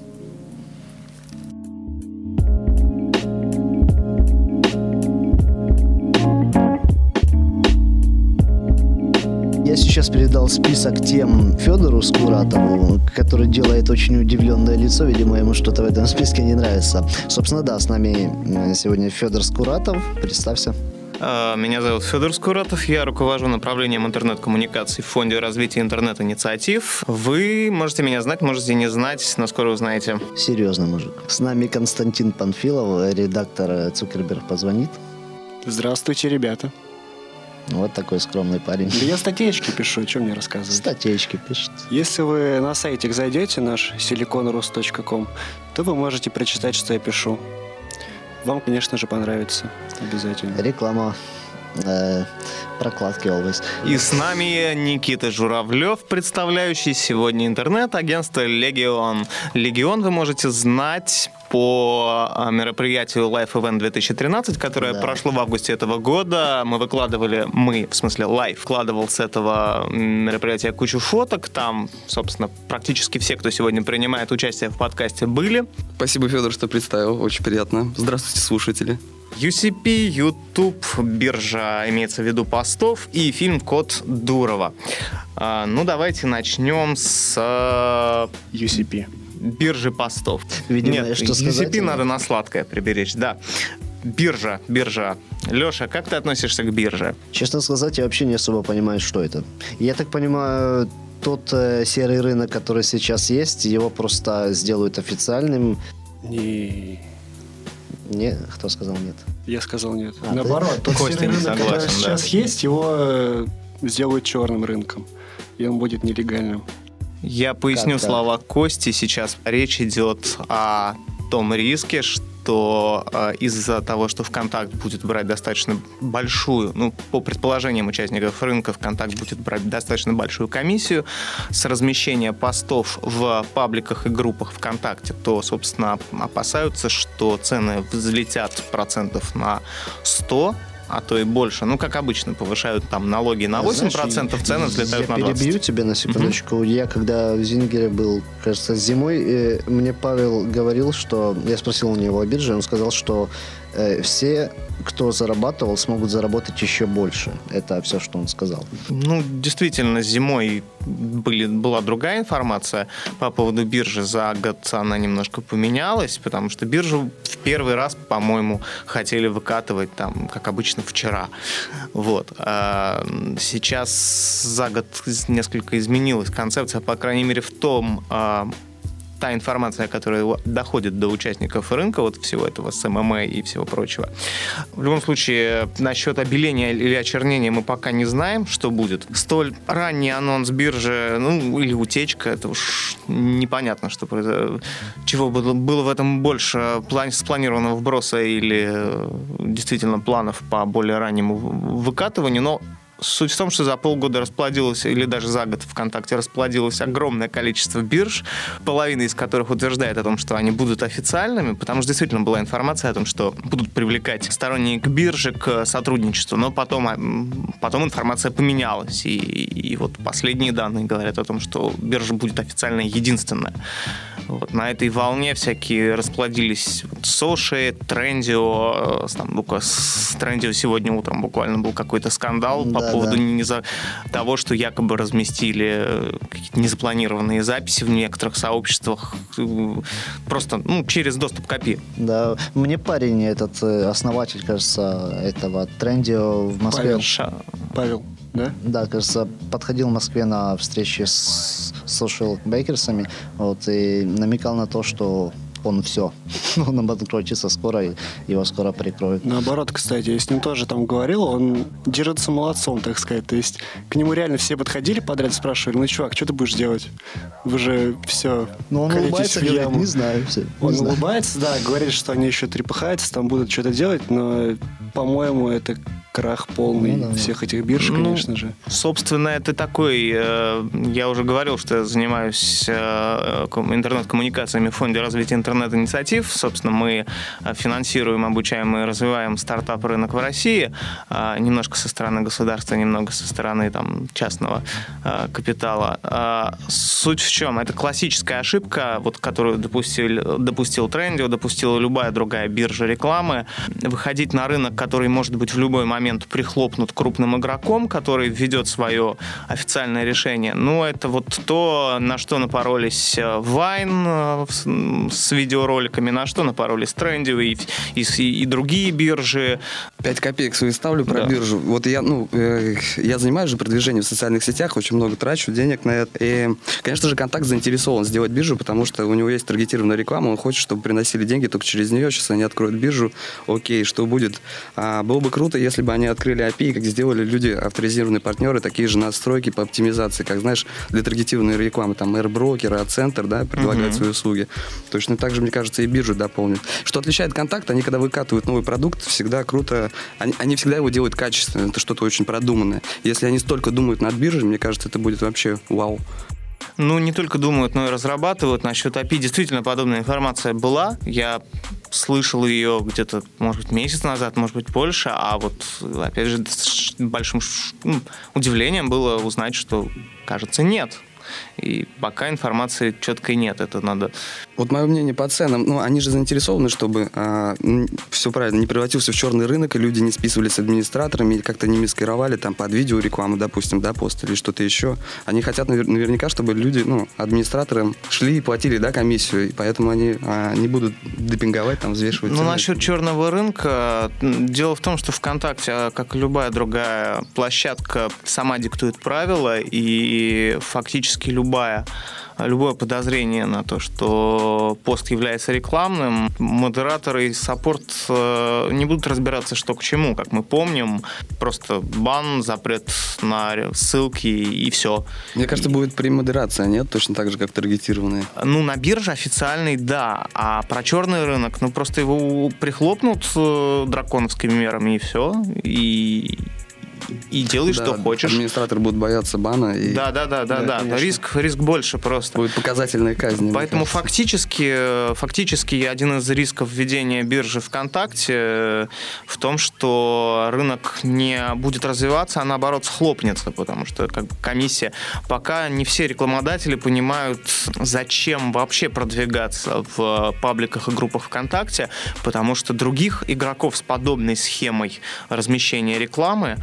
Я сейчас передал список тем Федору Скуратову, который делает очень удивленное лицо. Видимо, ему что-то в этом списке не нравится. Собственно, да, с нами сегодня Федор Скуратов. Представься. Меня зовут Федор Скуратов, я руковожу направлением интернет-коммуникаций в Фонде развития интернет-инициатив. Вы можете меня знать, можете не знать, но скоро узнаете. Серьезно, мужик. С нами Константин Панфилов, редактор «Цукерберг позвонит». Здравствуйте, ребята. Вот такой скромный парень. Да я статейки пишу, о чем мне рассказывать? Статейки пишет. Если вы на сайтик зайдете, наш siliconrus.com, то вы можете прочитать, что я пишу. Вам, конечно же, понравится. Обязательно. Реклама. Прокладки always. И с нами Никита Журавлев, представляющий сегодня интернет-агентство «Легион». «Легион» вы можете знать по мероприятию Live Event 2013, которое прошло в августе этого года. Live вкладывал с этого мероприятия кучу фоток. Там, собственно, практически все, кто сегодня принимает участие в подкасте, были. Спасибо, Федор, что представил. Очень приятно. Здравствуйте, слушатели. UCP, YouTube, биржа, имеется в виду постов, и фильм «Код Дурова». Давайте начнем с UCP. Биржи постов. Видимо, нет, что сказать, UCP надо на сладкое приберечь, да. Биржа. Леша, как ты относишься к бирже? Честно сказать, я вообще не особо понимаю, что это. Я так понимаю, тот серый рынок, который сейчас есть, его просто сделают официальным. Не, кто сказал нет? Я сказал нет. Наоборот, тот Костя серый рынок, согласен, который сейчас есть, его сделают черным рынком. И он будет нелегальным. Я поясню слова Кости. Сейчас речь идет о том риске, что из-за того, что ВКонтакт будет брать достаточно большую, по предположениям участников рынка, ВКонтакт будет брать достаточно большую комиссию с размещения постов в пабликах и группах ВКонтакте, то, собственно, опасаются, что цены взлетят процентов на 100%, а то и больше. Как обычно, повышают там налоги на 8%, цены взлетают на 20%. Я перебью тебя на секундочку. Я когда в Зингере был, кажется, зимой, мне Павел говорил, что... Я спросил у него о бирже, он сказал, что все, кто зарабатывал, смогут заработать еще больше. Это все, что он сказал. Ну, действительно, зимой была другая информация по поводу биржи. За год она немножко поменялась, потому что биржу в первый раз, по-моему, хотели выкатывать там, как обычно, вчера. Вот. А сейчас за год несколько изменилась концепция, по крайней мере, в том... та информация, которая доходит до участников рынка, вот всего этого с ММА и всего прочего. В любом случае, насчет обеления или очернения мы пока не знаем, что будет. Столь ранний анонс биржи, ну, или утечка, это уж непонятно, что чего было в этом больше, спланированного вброса или действительно планов по более раннему выкатыванию, но суть в том, что за полгода расплодилось, или даже за год ВКонтакте расплодилось огромное количество бирж, половина из которых утверждает о том, что они будут официальными, потому что действительно была информация о том, что будут привлекать сторонник биржи к сотрудничеству, но потом информация поменялась, и вот последние данные говорят о том, что биржа будет официально единственная. Вот. На этой волне всякие расплодились Соши, Трендио. С Трендио сегодня утром буквально был какой-то скандал по поводу того, что якобы разместили какие-то незапланированные записи в некоторых сообществах просто через доступ к API. Да, мне парень этот основатель, кажется, этого Трендио в Москве. Павел. Да? Да, кажется, подходил в Москве на встрече с social бейкерсами, вот, и намекал на то, что он все, он обанкротится скоро, и его скоро прикроют. Наоборот, кстати, я с ним тоже там говорил, он держится молодцом, так сказать, то есть к нему реально все подходили подряд, спрашивали, ну, чувак, что ты будешь делать? Вы же все он улыбается, говорит, не знаю. Он улыбается, да, говорит, что они еще трепыхаются, там будут что-то делать, но, по-моему, это крах полный всех этих бирж, конечно же. Собственно, это такой... Я уже говорил, что я занимаюсь интернет-коммуникациями в Фонде развития интернет-инициатив. Собственно, мы финансируем, обучаем и развиваем стартап-рынок в России. Немножко со стороны государства, немного со стороны частного капитала. Суть в чем? Это классическая ошибка, которую допустил Трендио, допустила любая другая биржа рекламы. Выходить на рынок, который может быть в любой момент прихлопнут крупным игроком, который введет свое официальное решение. Это вот то, на что напоролись Vine с видеороликами, на что напоролись Трендио и другие биржи. 5 копеек свои ставлю про биржу. Вот я занимаюсь же продвижением в социальных сетях, очень много трачу денег на это. И, конечно же, Контакт заинтересован сделать биржу, потому что у него есть таргетированная реклама, он хочет, чтобы приносили деньги только через нее. Сейчас они откроют биржу. Окей, что будет? Было бы круто, если бы они открыли API, как сделали люди, авторизированные партнеры, такие же настройки по оптимизации, как, знаешь, для таргетированной рекламы, там, AirBroker, AdCenter, да, предлагают свои услуги. Точно так же, мне кажется, и биржу дополнят. Что отличает Контакт, они, когда выкатывают новый продукт, всегда круто, они всегда его делают качественно, это что-то очень продуманное. Если они столько думают над биржей, мне кажется, это будет вообще вау. Не только думают, но и разрабатывают. Насчет API действительно подобная информация была. Я слышал ее где-то, может быть, месяц назад, может быть, больше. А вот, опять же, с большим удивлением было узнать, что, кажется, нет. И пока информации четкой нет, это надо... Вот мое мнение по ценам, они же заинтересованы, чтобы все правильно, не превратился в черный рынок, и люди не списывались с администраторами, или как-то не маскировали там под видеорекламу, допустим, пост или что-то еще. Они хотят наверняка, чтобы люди, администраторы шли и платили, комиссию, и поэтому они не будут демпинговать, взвешивать цены. Насчет черного рынка, дело в том, что ВКонтакте, как и любая другая площадка, сама диктует правила, и фактически любое подозрение на то, что пост является рекламным, модераторы и саппорт не будут разбираться, что к чему. Как мы помним, просто бан, запрет на ссылки и все. Мне кажется, будет премодерация, нет? Точно так же, как таргетированные. На бирже официальный, да. А про черный рынок, просто его прихлопнут драконовскими мерами и все. делай, что хочешь. Администратор будет бояться бана. И... Да. Риск больше просто. Будет показательная казнь. Поэтому фактически один из рисков введения биржи ВКонтакте в том, что рынок не будет развиваться, а наоборот схлопнется, потому что как бы комиссия... Пока не все рекламодатели понимают, зачем вообще продвигаться в пабликах и группах ВКонтакте, потому что других игроков с подобной схемой размещения рекламы,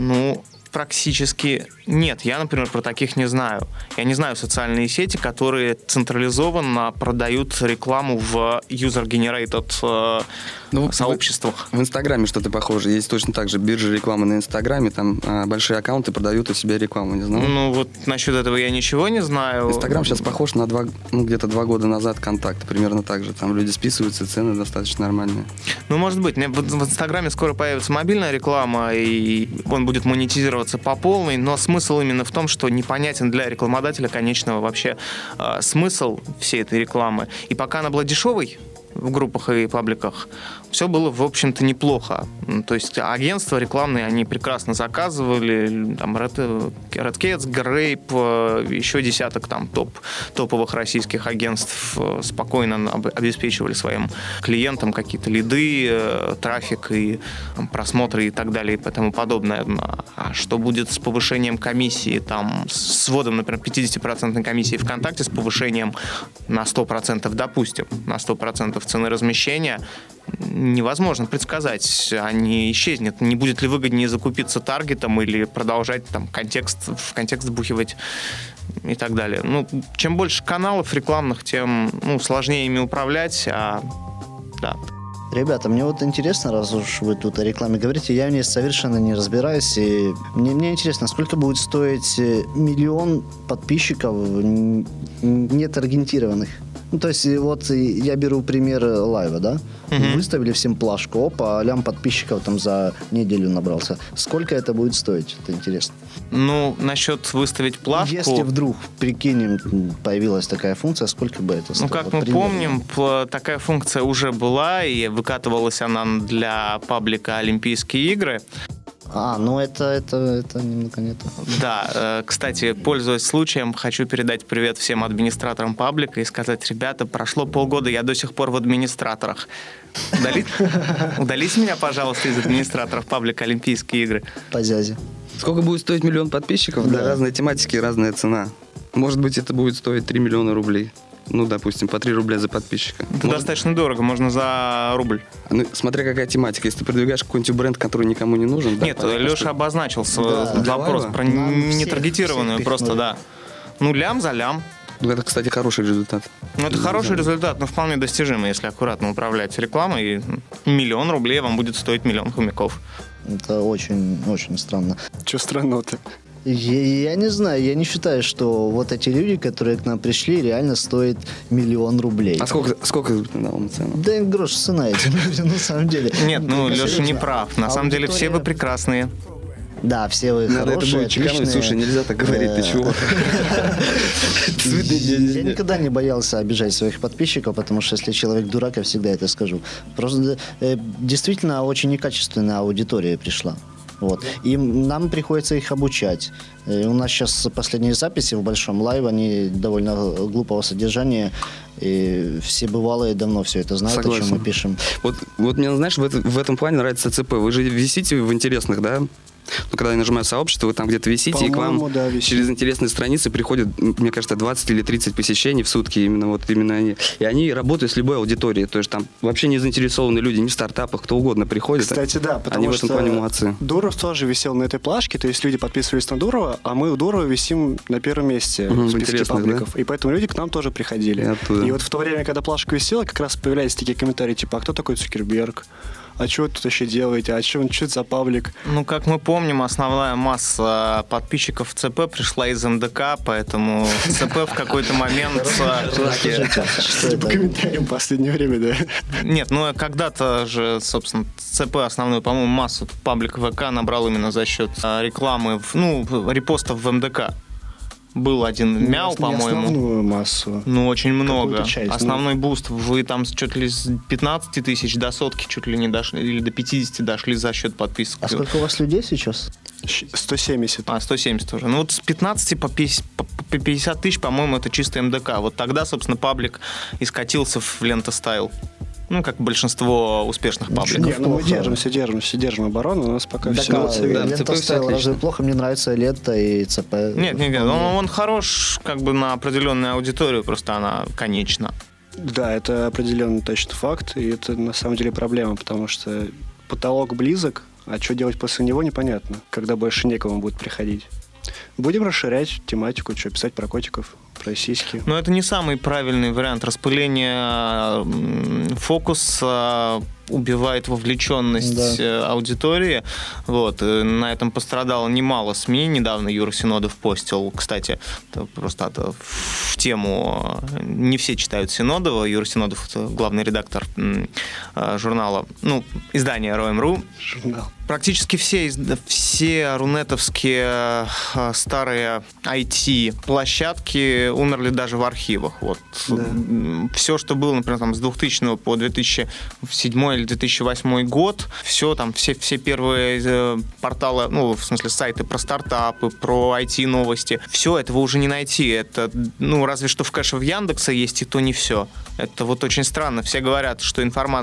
практически нет. Я, например, про таких не знаю. Я не знаю социальные сети, которые централизованно продают рекламу в user-generated сообществах. В Инстаграме что-то похоже. Есть точно так же биржа рекламы на Инстаграме, там большие аккаунты продают у себя рекламу, не знаю. Насчет этого я ничего не знаю. Инстаграм сейчас похож на где-то 2 года назад Контакт, примерно так же. Там люди списываются, цены достаточно нормальные. Может быть. В Инстаграме скоро появится мобильная реклама, и он будет монетизироваться по полной, но смысл именно в том, что непонятен для рекламодателя конечного вообще смысл всей этой рекламы. И пока она была дешевой в группах и пабликах, все было, в общем-то, неплохо. То есть агентства рекламные, они прекрасно заказывали, там, Red Cats, Grape, еще десяток там топовых российских агентств спокойно обеспечивали своим клиентам какие-то лиды, трафик и просмотры и так далее и тому подобное. А что будет с повышением комиссии, там, с вводом, например, 50% комиссии ВКонтакте, с повышением на 100%, допустим, на 100% цены размещения, невозможно предсказать, а не исчезнет. Не будет ли выгоднее закупиться таргетом или продолжать там в контекст вбухивать и так далее. Чем больше каналов рекламных, тем сложнее ими управлять. Да. Ребята, мне интересно, раз уж вы тут о рекламе говорите, я в ней совершенно не разбираюсь. И мне интересно, сколько будет стоить 1 миллион подписчиков нетаргетированных? То есть, я беру пример лайва, да? Выставили всем плашку, опа, лям подписчиков там за неделю набрался. Сколько это будет стоить? Это интересно. Насчет выставить плашку... Если вдруг, прикинем, появилась такая функция, сколько бы это стоило? Как мы помним, такая функция уже была, и выкатывалась она для паблика «Олимпийские игры». Это немного не то. Да, кстати, пользуясь случаем, хочу передать привет всем администраторам паблика и сказать: ребята, прошло полгода, я до сих пор в администраторах. Удалите меня, пожалуйста, из администраторов паблика «Олимпийские игры». По зязе. Сколько будет стоить 1 миллион подписчиков? Для разной тематики разная цена. Может быть, это будет стоить 3 миллиона рублей. Допустим, по 3 рубля за подписчика. Это достаточно дорого, можно за рубль. Смотря какая тематика. Если ты продвигаешь какой-нибудь бренд, который никому не нужен... Нет, Леша обозначил вопрос про нетаргетированную просто, да. Лям за лям. Это, кстати, хороший результат. Это хороший результат, но вполне достижимый, если аккуратно управлять рекламой. И 1 миллион рублей вам будет стоить 1 миллион хомяков. Это очень странно. Что странного-то? Я не знаю, я не считаю, что эти люди, которые к нам пришли, реально стоят 1 миллион рублей. А сколько на цену? Да грош цена этим людям, на самом деле. Нет, Леша не прав. На самом деле все вы прекрасные. Да, все вы хорошие, отличные. Слушай, нельзя так говорить, ты чего? Я никогда не боялся обижать своих подписчиков, потому что если человек дурак, я всегда это скажу. Просто действительно очень некачественная аудитория пришла. И нам приходится их обучать. И у нас сейчас последние записи в большом лайве, они довольно глупого содержания. И все бывалые давно все это знают, Согласен. О чем мы пишем. Мне, знаешь, в этом плане нравится ЦЦП. Вы же висите в интересных, да? Когда я нажимаю сообщество, вы там где-то висите, и к вам через интересные страницы приходят, мне кажется, 20 или 30 посещений в сутки, именно они. И они работают с любой аудиторией, то есть там вообще не заинтересованные люди, не в стартапах, кто угодно приходит. Кстати, да, потому они в этом плане молодцы. Дуров тоже висел на этой плашке, то есть люди подписывались на Дурова, а мы у Дурова висим на первом месте в списке пабликов. Да? И поэтому люди к нам тоже приходили. И в то время, когда плашка висела, как раз появлялись такие комментарии, типа, а кто такой Цукерберг? А что вы тут еще делаете? А что это за паблик? Как мы помним, основная масса подписчиков ЦП пришла из МДК, поэтому ЦП в какой-то момент... По комментариям в последнее время, да? Нет, когда-то же, собственно, ЦП основную, по-моему, массу паблик ВК набрал именно за счет рекламы, репостов в МДК. Был один мяу, по-моему. Основную массу. Ну, очень много. Часть, Основной буст. Вы там чуть ли с 15 тысяч до сотки чуть ли не дошли, или до 50 дошли за счет подписок. А сколько у вас людей сейчас? 170. 170 уже. Ну вот с 15 по 50 тысяч, по-моему, это чисто МДК. Вот тогда, собственно, паблик и скатился в лента-стайл. Ну, как большинство успешных пабликов. Нет, мы держим оборону, у нас пока так, все... Лента стайл разве плохо? Мне нравится лента и ЦП. Нет, он хорош как бы на определенную аудиторию, просто она конечна. Да, это определенный точно факт, и это на самом деле проблема, потому что потолок близок, а что делать после него непонятно, когда больше некому будет приходить. Будем расширять тематику, что писать про котиков, про сиськи. Но это не самый правильный вариант. Распыление фокуса убивает вовлеченность аудитории. Вот. На этом пострадало немало СМИ. Недавно Юра Синодов постил, кстати, это просто в тему. Не все читают Синодова. Юра Синодов — это главный редактор журнала, издания РОМ.ру. Журнал. Практически все рунетовские старые IT-площадки умерли даже в архивах. Вот. Да. Все, что было, например, там, с 2000 по 2007 или 2008 год, все первые порталы, в смысле сайты про стартапы, про IT-новости, все этого уже не найти. Это, разве что в кэше в Яндексе есть, и то не все. Это вот очень странно. Все говорят, что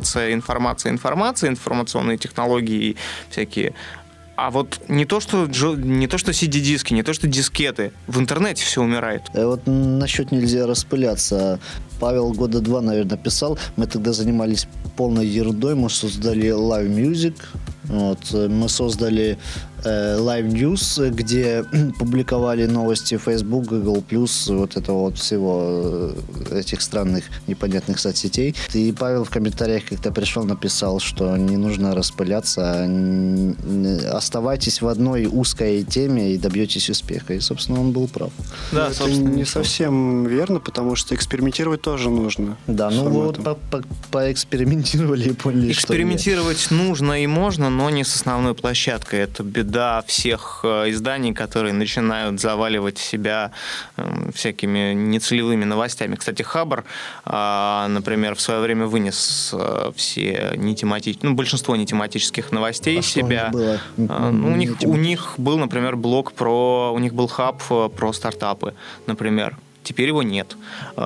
информационные технологии всякие. А вот не то, что CD-диски, не то, что дискеты. В интернете все умирает. Вот насчет нельзя распыляться. Павел года 2, наверное, писал. Мы тогда занимались полной ерундой. Мы создали Live Music. Мы создали Live News, где публиковали новости Facebook, Google+, вот этого вот всего, этих странных непонятных соцсетей. И Павел в комментариях как-то пришел, написал, что не нужно распыляться, оставайтесь в одной узкой теме и добьетесь успеха. И, собственно, он был прав. Да, это не совсем верно, потому что экспериментировать тоже нужно. Да, поэкспериментировали и поняли, экспериментировать нужно и можно, но не с основной площадкой. Это беда всех изданий, которые начинают заваливать себя всякими нецелевыми новостями. Кстати, Хабр, например, в свое время вынес все большинство нетематических новостей из себя. У них был, например, у них был хаб про стартапы, например. Теперь его нет.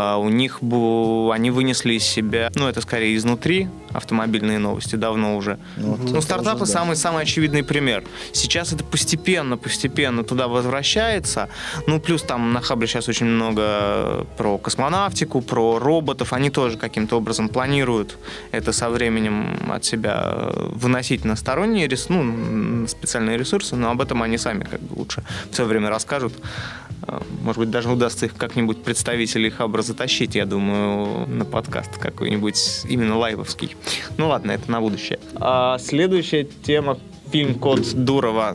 Они вынесли из себя, это скорее изнутри, автомобильные новости, давно уже. Стартапы самый очевидный пример. Сейчас это постепенно туда возвращается. Плюс там на Хабре сейчас очень много про космонавтику, про роботов. Они тоже каким-то образом планируют это со временем от себя выносить на сторонние специальные ресурсы, но об этом они сами лучше все время расскажут. Может быть, даже удастся их как-нибудь представителей Хабра затащить, я думаю, на подкаст какой-нибудь именно лайвовский. Ладно, это на будущее. Следующая тема — пин-код Дурова.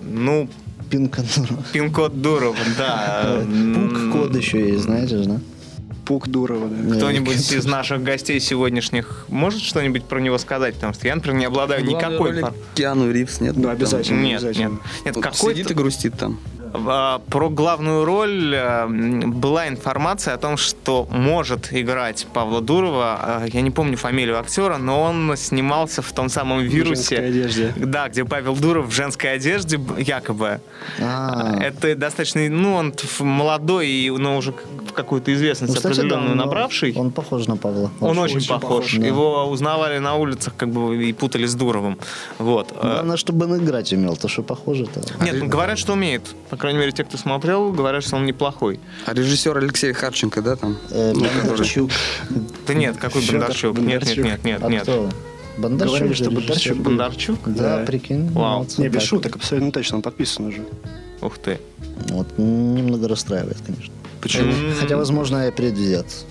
Пин-код Дурова, да. Пук-код еще есть, знаете же, да? Пук Дурова, да. Кто-нибудь из наших гостей сегодняшних может что-нибудь про него сказать? Потому что я, например, не обладаю никакой информацией. Киану Ривз, нет? Ну, обязательно. Нет. Сидит и грустит там. Про главную роль была информация о том, что может играть Павла Дурова. Я не помню фамилию актера, но он снимался в том самом «Вирусе». В женской одежде. Да, где Павел Дуров в женской одежде, якобы. Это достаточно... он молодой и уже какую-то известность определенную набравший. Он похож на Павла. Он очень похож. Да. Его узнавали на улицах и путали с Дуровым. Вот. Главное, чтобы он играть умел, то что похоже-то. Нет, говорят, что умеет. По крайней мере, те, кто смотрел, говорят, что он неплохой. А режиссер Алексей Харченко, да, там? Бондарчук. Да нет, какой Бондарчук? Нет. Кто? Бондарчук. Говорили, что Бондарчук. Бондарчук? Да, прикинь. Вау. Не, без шуток, абсолютно точно, он подписан уже. Ух ты. Немного расстраивает, конечно. Почему? Хотя, возможно, я предвзят.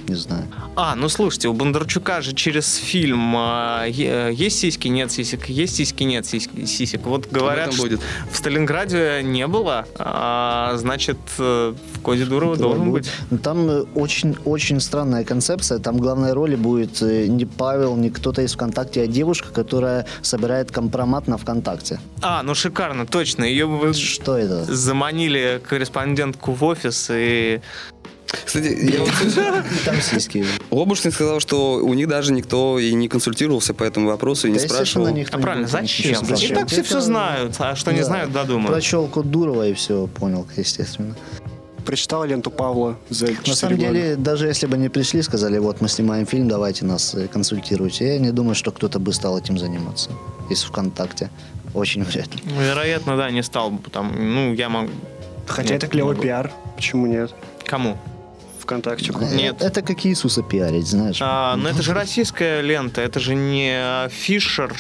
не знаю. Ну слушайте, у Бондарчука же через фильм есть сиськи, нет сисек, есть сиськи, нет сисек. Вот говорят, что в Сталинграде не было, значит, в Коде Дурова должен быть. Там очень странная концепция. Там главной роли будет не Павел, не кто-то из ВКонтакте, а девушка, которая собирает компромат на ВКонтакте. Ну шикарно, точно. Ее что это? Заманили корреспондентку в офис и... Кстати, там сиськи. Лобушкин сказал, что у них даже никто и не консультировался по этому вопросу и не спрашивал. Правильно, зачем? И так все знают, а что не знают, додумают. Прочел Код Дурова и все понял, естественно. Прочитал ленту Павла за 4 года. На самом деле, даже если бы не пришли, сказали, вот мы снимаем фильм, давайте нас консультируйте. Я не думаю, что кто-то бы стал этим заниматься. Из ВКонтакте. Очень вряд ли. Вероятно, да, не стал бы. Я могу... Хотя это клевый пиар. Почему нет? Кому? ВКонтакте. Нет. Это как Иисуса пиарить, знаешь. Но это же российская лента, это же не Финчер,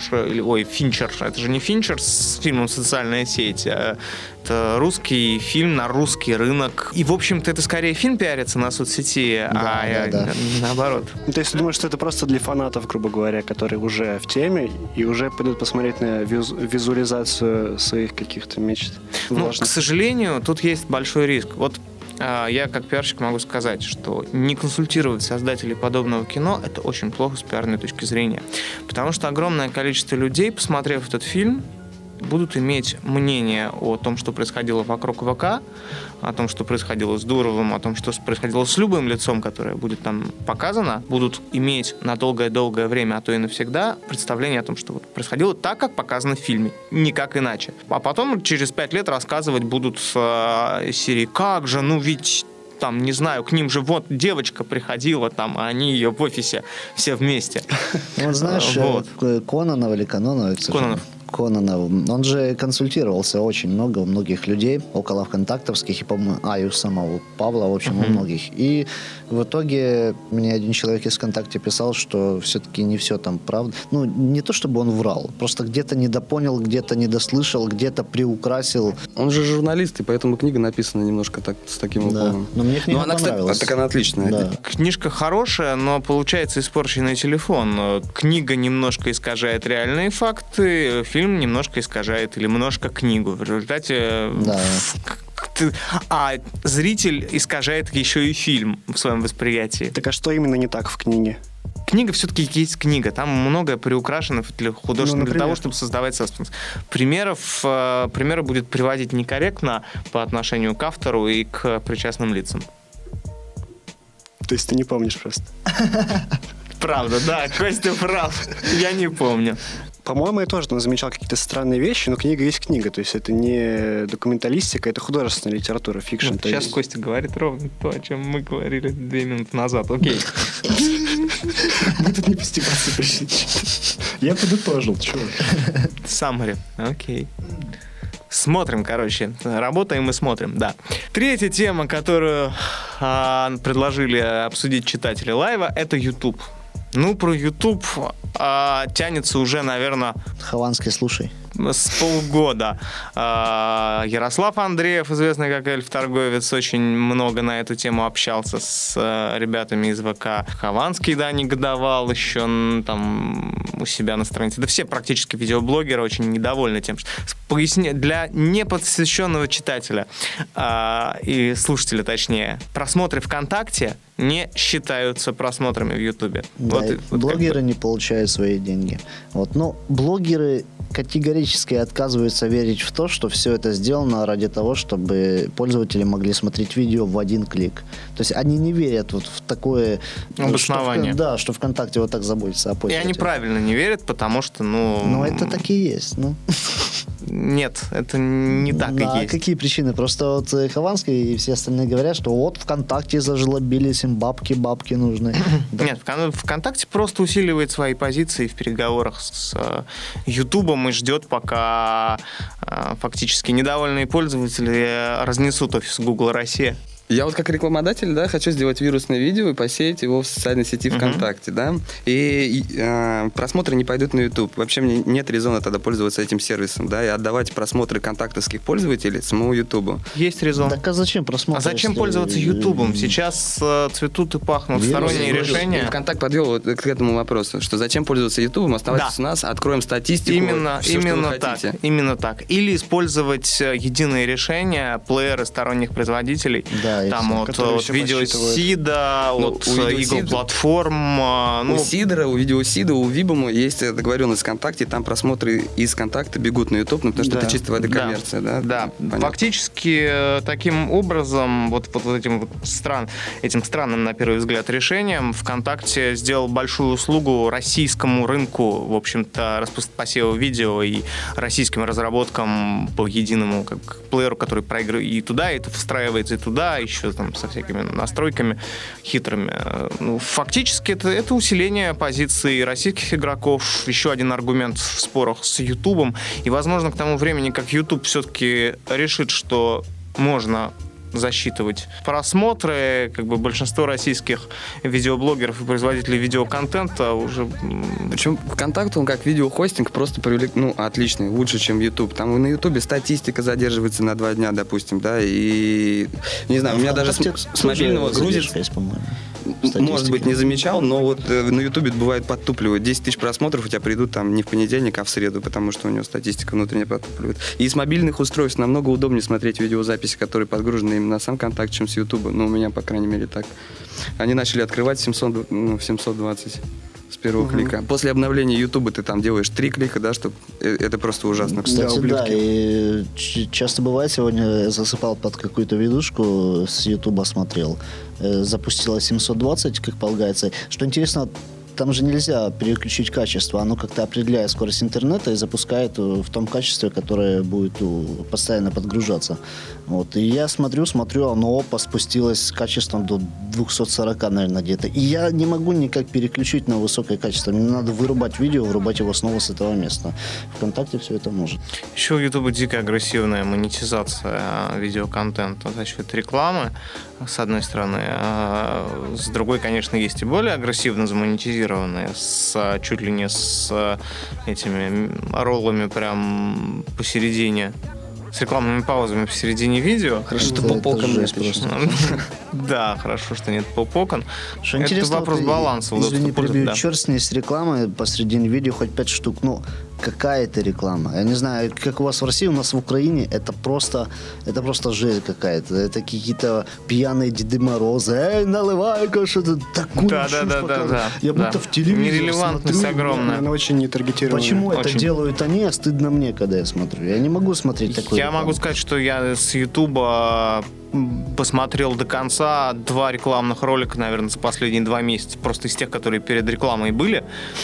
это же не Финчер с фильмом «Социальная сеть», а это русский фильм на русский рынок. И, в общем-то, это скорее фильм пиарится на соцсети, наоборот. То есть ты думаешь, что это просто для фанатов, грубо говоря, которые уже в теме и уже пойдут посмотреть на визуализацию своих каких-то мечт? К сожалению, тут есть большой риск. Вот я как пиарщик могу сказать, что не консультировать создателей подобного кино — это очень плохо с пиарной точки зрения. Потому что огромное количество людей, посмотрев этот фильм, будут иметь мнение о том, что происходило вокруг ВК, о том, что происходило с Дуровым, о том, что происходило с любым лицом, которое будет там показано, будут иметь на долгое-долгое время, а то и навсегда, представление о том, что происходило так, как показано в фильме, никак иначе. А потом через 5 лет рассказывать будут с серии «Как же, ведь...» Там, не знаю, к ним же девочка приходила, там, а они ее в офисе все вместе. Знаешь, Кононов или Канонов? Кононов. Он же консультировался очень много у многих людей, около ВКонтактовских, и, по-моему, и у самого Павла, в общем, у многих. И в итоге мне один человек из ВКонтакте писал, что все-таки не все там правда. Не то чтобы он врал, просто где-то недопонял, где-то недослышал, где-то приукрасил. Он же журналист, и поэтому книга написана немножко так, с таким уклоном. Но мне книга понравилась. Так она отличная. Да. Книжка хорошая, но получается испорченный телефон. Книга немножко искажает реальные факты, фильм немножко искажает или немножко книгу. В результате... зритель искажает еще и фильм в своем восприятии. Так а что именно не так в книге? Книга все-таки есть книга. Там многое приукрашено для художника, для того, чтобы создавать саспенс. Примеры будет приводить некорректно по отношению к автору и к причастным лицам. То есть ты не помнишь просто? Правда, да, Костя прав. Я не помню. По-моему, я тоже замечал какие-то странные вещи, но книга есть книга. То есть это не документалистика, это художественная литература, фикшн. Сейчас Костя говорит ровно то, о чем мы говорили 2 минуты назад. Окей. Мы тут не постебаться пришли. Я подытожил, чего? Summary. Окей. Смотрим, работаем и смотрим, да. Третья тема, которую предложили обсудить читатели лайва, это YouTube. Про YouTube тянется уже, наверное... Хованский, слушай. С полгода. Ярослав Андреев, известный как эльф-торговец, очень много на эту тему общался с ребятами из ВК. Хованский, негодовал еще там у себя на странице. Да все практически видеоблогеры очень недовольны тем, что... Для непосвященного читателя и слушателя, точнее, просмотры ВКонтакте не считаются просмотрами в Ютубе. Да, блогеры не получают свои деньги. Но блогеры категорически отказываются верить в то, что все это сделано ради того, чтобы пользователи могли смотреть видео в один клик. То есть они не верят в такое... обоснование. Что ВКонтакте так заботится о пользователе. И они правильно не верят, потому что, это так и есть, Нет, это не так и есть. А какие причины? Просто Хованский и все остальные говорят, что ВКонтакте зажлобились, им бабки нужны. Нет, ВКонтакте просто усиливает свои позиции в переговорах с Ютубом и ждет, пока фактически недовольные пользователи разнесут офис Google Россия. Я вот как рекламодатель, да, хочу сделать вирусное видео и посеять его в социальной сети ВКонтакте, да, и просмотры не пойдут на YouTube. Вообще мне нет резона тогда пользоваться этим сервисом, да, и отдавать просмотры контактовских пользователей самому YouTube. Есть резон. Так а зачем просмотр? А зачем пользоваться YouTube? Сейчас цветут и пахнут сторонние решения. ВКонтакт подвел вот к этому вопросу, что зачем пользоваться YouTube, оставайтесь у нас, откроем статистику. Именно так. Или использовать единые решения, плееры сторонних производителей. Да, там от видеосида, от Eagle платформ. У Сидора, у видеосида, у Вибому есть договоренность ВКонтакте, там просмотры из ВКонтакта бегут на YouTube, потому что это чисто воды коммерция. Да. Фактически таким образом, вот этим странным, на первый взгляд, решением ВКонтакте сделал большую услугу российскому рынку, в общем-то, посева видео и российским разработкам по единому плееру, который проигрывает и туда, и это встраивается и туда, еще там со всякими настройками хитрыми. Фактически это усиление позиций российских игроков, еще один аргумент в спорах с Ютубом, и, возможно, к тому времени, как Ютуб все-таки решит, что можно засчитывать просмотры, большинство российских видеоблогеров и производителей видеоконтента уже... Причем ВКонтакт, он как видеохостинг просто отличный, лучше, чем YouTube. Там на YouTube статистика задерживается на 2 дня, допустим, да, и не знаю, у меня даже с мобильного грузится. Может быть, не замечал, но вот на YouTube бывает подтупливает. 10 тысяч просмотров у тебя придут там не в понедельник, а в среду, потому что у него статистика внутренняя подтупливает. И с мобильных устройств намного удобнее смотреть видеозаписи, которые подгружены именно на сам контакт, чем с YouTube. У меня, по крайней мере, так. Они начали открывать в 720 с первого клика. После обновления YouTube ты там делаешь 3 клика, да, чтобы это просто ужасно. Кстати, да, и часто бывает, сегодня я засыпал под какую-то видушку, с YouTube смотрел, запустила 720, как полагается. Что интересно, там же нельзя переключить качество, оно как-то определяет скорость интернета и запускает в том качестве, которое будет постоянно подгружаться. Вот. И я смотрю, оно спустилось с качеством до 240, наверное, где-то. И я не могу никак переключить на высокое качество. Мне надо вырубать видео, вырубать его снова с этого места. ВКонтакте все это может. Еще у YouTube дико агрессивная монетизация видеоконтента за счет рекламы, с одной стороны. А с другой, конечно, есть и более агрессивно замонетизированные, чуть ли не с этими роллами прям посередине, с рекламными паузами посередине видео. Хорошо, что поп-окон нет просто. Да, хорошо, что нет поп-окон. Это вопрос баланса. Извини, прибью, черт с ней с рекламой посередине видео, хоть 5 штук. Какая это реклама? Я не знаю, как у вас в России, у нас в Украине это просто жесть какая-то. Это какие-то пьяные Деды Морозы. Эй, наливай-ка, что-то такое. Да. Я будто в телевизоре нерелевантность огромная. Она очень не таргетированная. Почему это делают они, а стыдно мне, когда я смотрю? Я не могу смотреть такое. Я могу сказать, что я с Ютуба посмотрел до конца 2 рекламных ролика, наверное, за последние 2 месяца. Просто из тех, которые перед рекламой были.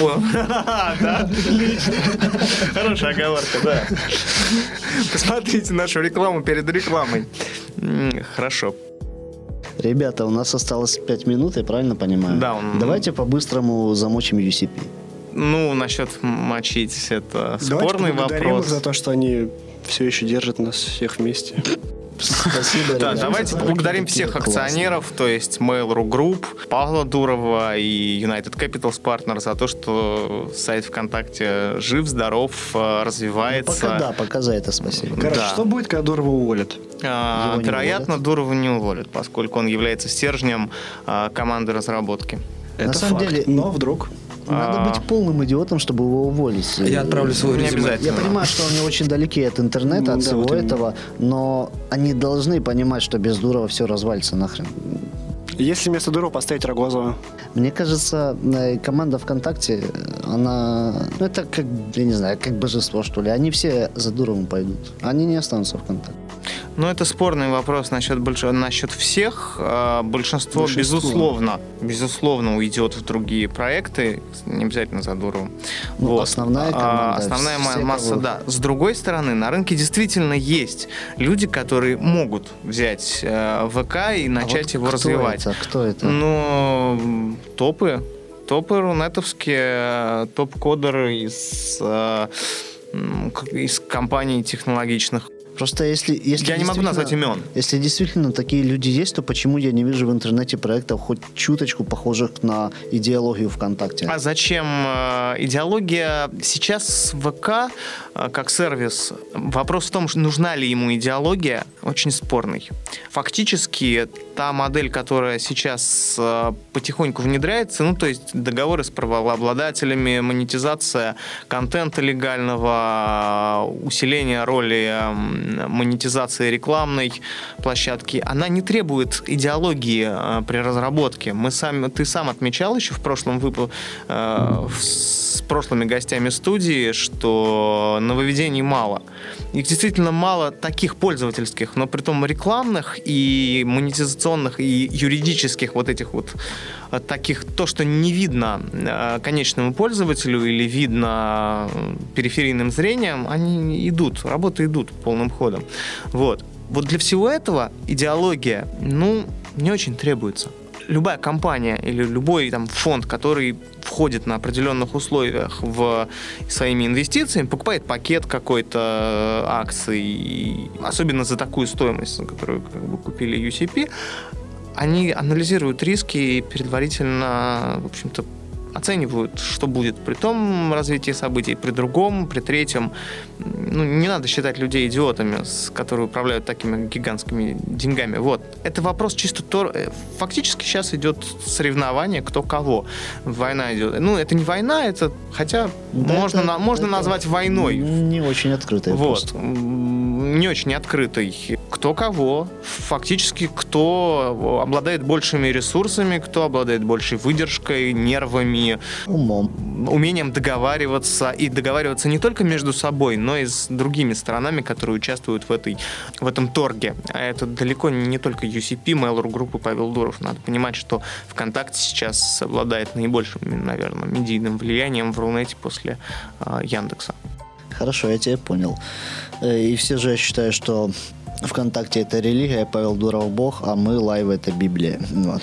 Да, отлично. Хорошая оговорка, да. Посмотрите нашу рекламу перед рекламой. Хорошо. Ребята, у нас осталось 5 минут, я правильно понимаю? Да. Давайте по-быстрому замочим UCP. Насчет мочить, это спорный вопрос. Благодарим их за то, что они все еще держат нас всех вместе. Спасибо, да, давайте поблагодарим всех акционеров, то есть Mail.ru Group, Павла Дурова и United Capitals Partner за то, что сайт ВКонтакте жив, здоров, развивается. Пока за это спасибо. Короче, что будет, когда Дурова уволят? Вероятно, Дурова не уволят, поскольку он является стержнем команды разработки. Это на самом деле, но вдруг... Надо быть полным идиотом, чтобы его уволить. Я отправлю свой резюме. Я понимаю, что они очень далеки от интернета, от всего этого, но они должны понимать, что без Дурова все развалится нахрен. Если вместо Дурова поставить Рогозова? Мне кажется, команда ВКонтакте, она... это как, я не знаю, как божество, что ли. Они все за Дуровым пойдут. Они не останутся ВКонтакте. Это спорный вопрос насчет всех. Большинство, безусловно, уйдет в другие проекты, не обязательно за Дуровым. Основная команда. Основная масса, да. С другой стороны, на рынке действительно есть люди, которые могут взять ВК и начать его развивать. Кто это? Топы рунетовские, топ-кодеры из компаний технологичных. Просто если я не могу назвать имен. Если действительно такие люди есть, то почему я не вижу в интернете проектов хоть чуточку похожих на идеологию ВКонтакте? А зачем идеология? Сейчас ВК как сервис, вопрос в том, нужна ли ему идеология, очень спорный. Фактически та модель, которая сейчас потихоньку внедряется, то есть договоры с правообладателями, монетизация контента легального, усиление роли монетизации рекламной площадки, она не требует идеологии при разработке. Ты сам отмечал еще в прошлом выпуске с прошлыми гостями студии, что нововведений мало. Их действительно мало таких пользовательских, но притом рекламных и монетизационных, и юридических вот этих вот таких, то, что не видно конечному пользователю или видно периферийным зрением, они работы идут полным ходом. Вот для всего этого идеология, не очень требуется. Любая компания или любой фонд, который входит на определенных условиях в своими инвестициями, покупает пакет какой-то акций, особенно за такую стоимость, за которую купили UCP, они анализируют риски и предварительно, в общем-то, оценивают, что будет при том развитии событий, при другом, при третьем. Не надо считать людей идиотами, которые управляют такими гигантскими деньгами. Это вопрос чисто... Фактически сейчас идет соревнование, кто кого. Война идет. Это не война, это... Хотя можно назвать войной. Не очень открытый. Не очень открытый. Кто кого. Фактически, кто обладает большими ресурсами, кто обладает большей выдержкой, нервами, умением договариваться. И договариваться не только между собой, но и с другими сторонами, которые участвуют в этом торге. А это далеко не только UCP, Mail.ru группы Павел Дуров. Надо понимать, что ВКонтакте сейчас обладает наибольшим, наверное, медийным влиянием в Рунете после Яндекса. Хорошо, я тебя понял. И все же я считаю, что ВКонтакте это религия, Павел Дуров Бог, а мы лайв это Библия.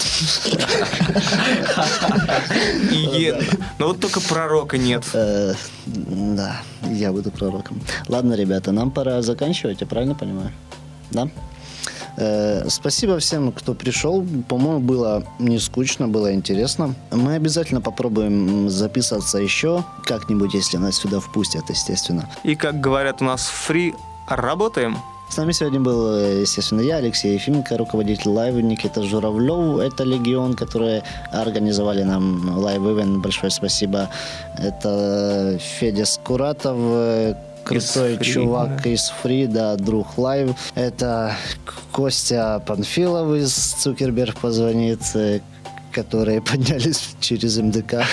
Но только пророка нет. Да, я буду пророком. Ладно, ребята, нам пора заканчивать, я правильно понимаю? Да? Спасибо всем, кто пришел. По-моему, было не скучно, было интересно. Мы обязательно попробуем записаться еще как-нибудь, если нас сюда впустят, естественно. И, как говорят у нас в Free, работаем. С нами сегодня был, естественно, я, Алексей Ефименко, руководитель лайва, Никита Журавлев. Это Легион, которые организовали нам лайв-ивент. Большое спасибо. Это Федя Скуратов, крутой чувак из Free, да, друг лайв. Это Костя Панфилов из Цукерберг позвонит, которые поднялись через МДК.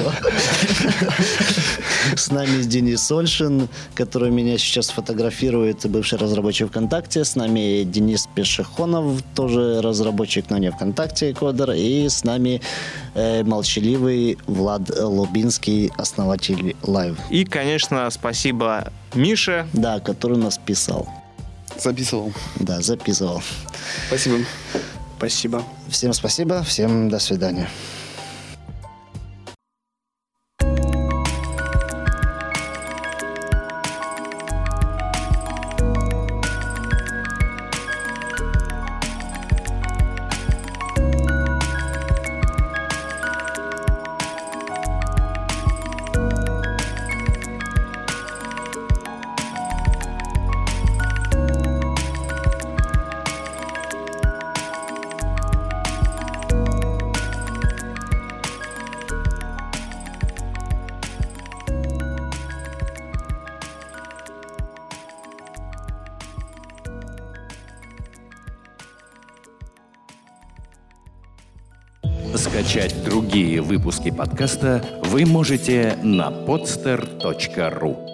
С нами Денис Ольшин, который меня сейчас фотографирует, бывший разработчик ВКонтакте. С нами Денис Пешехонов, тоже разработчик, но не ВКонтакте, кодер. И с нами молчаливый Влад Лубинский, основатель Live. И, конечно, спасибо Мише. Да, который нас писал. Записывал. Да, записывал. Спасибо. Спасибо. Всем спасибо, всем до свидания. Скачать другие выпуски подкаста вы можете на podster.ru.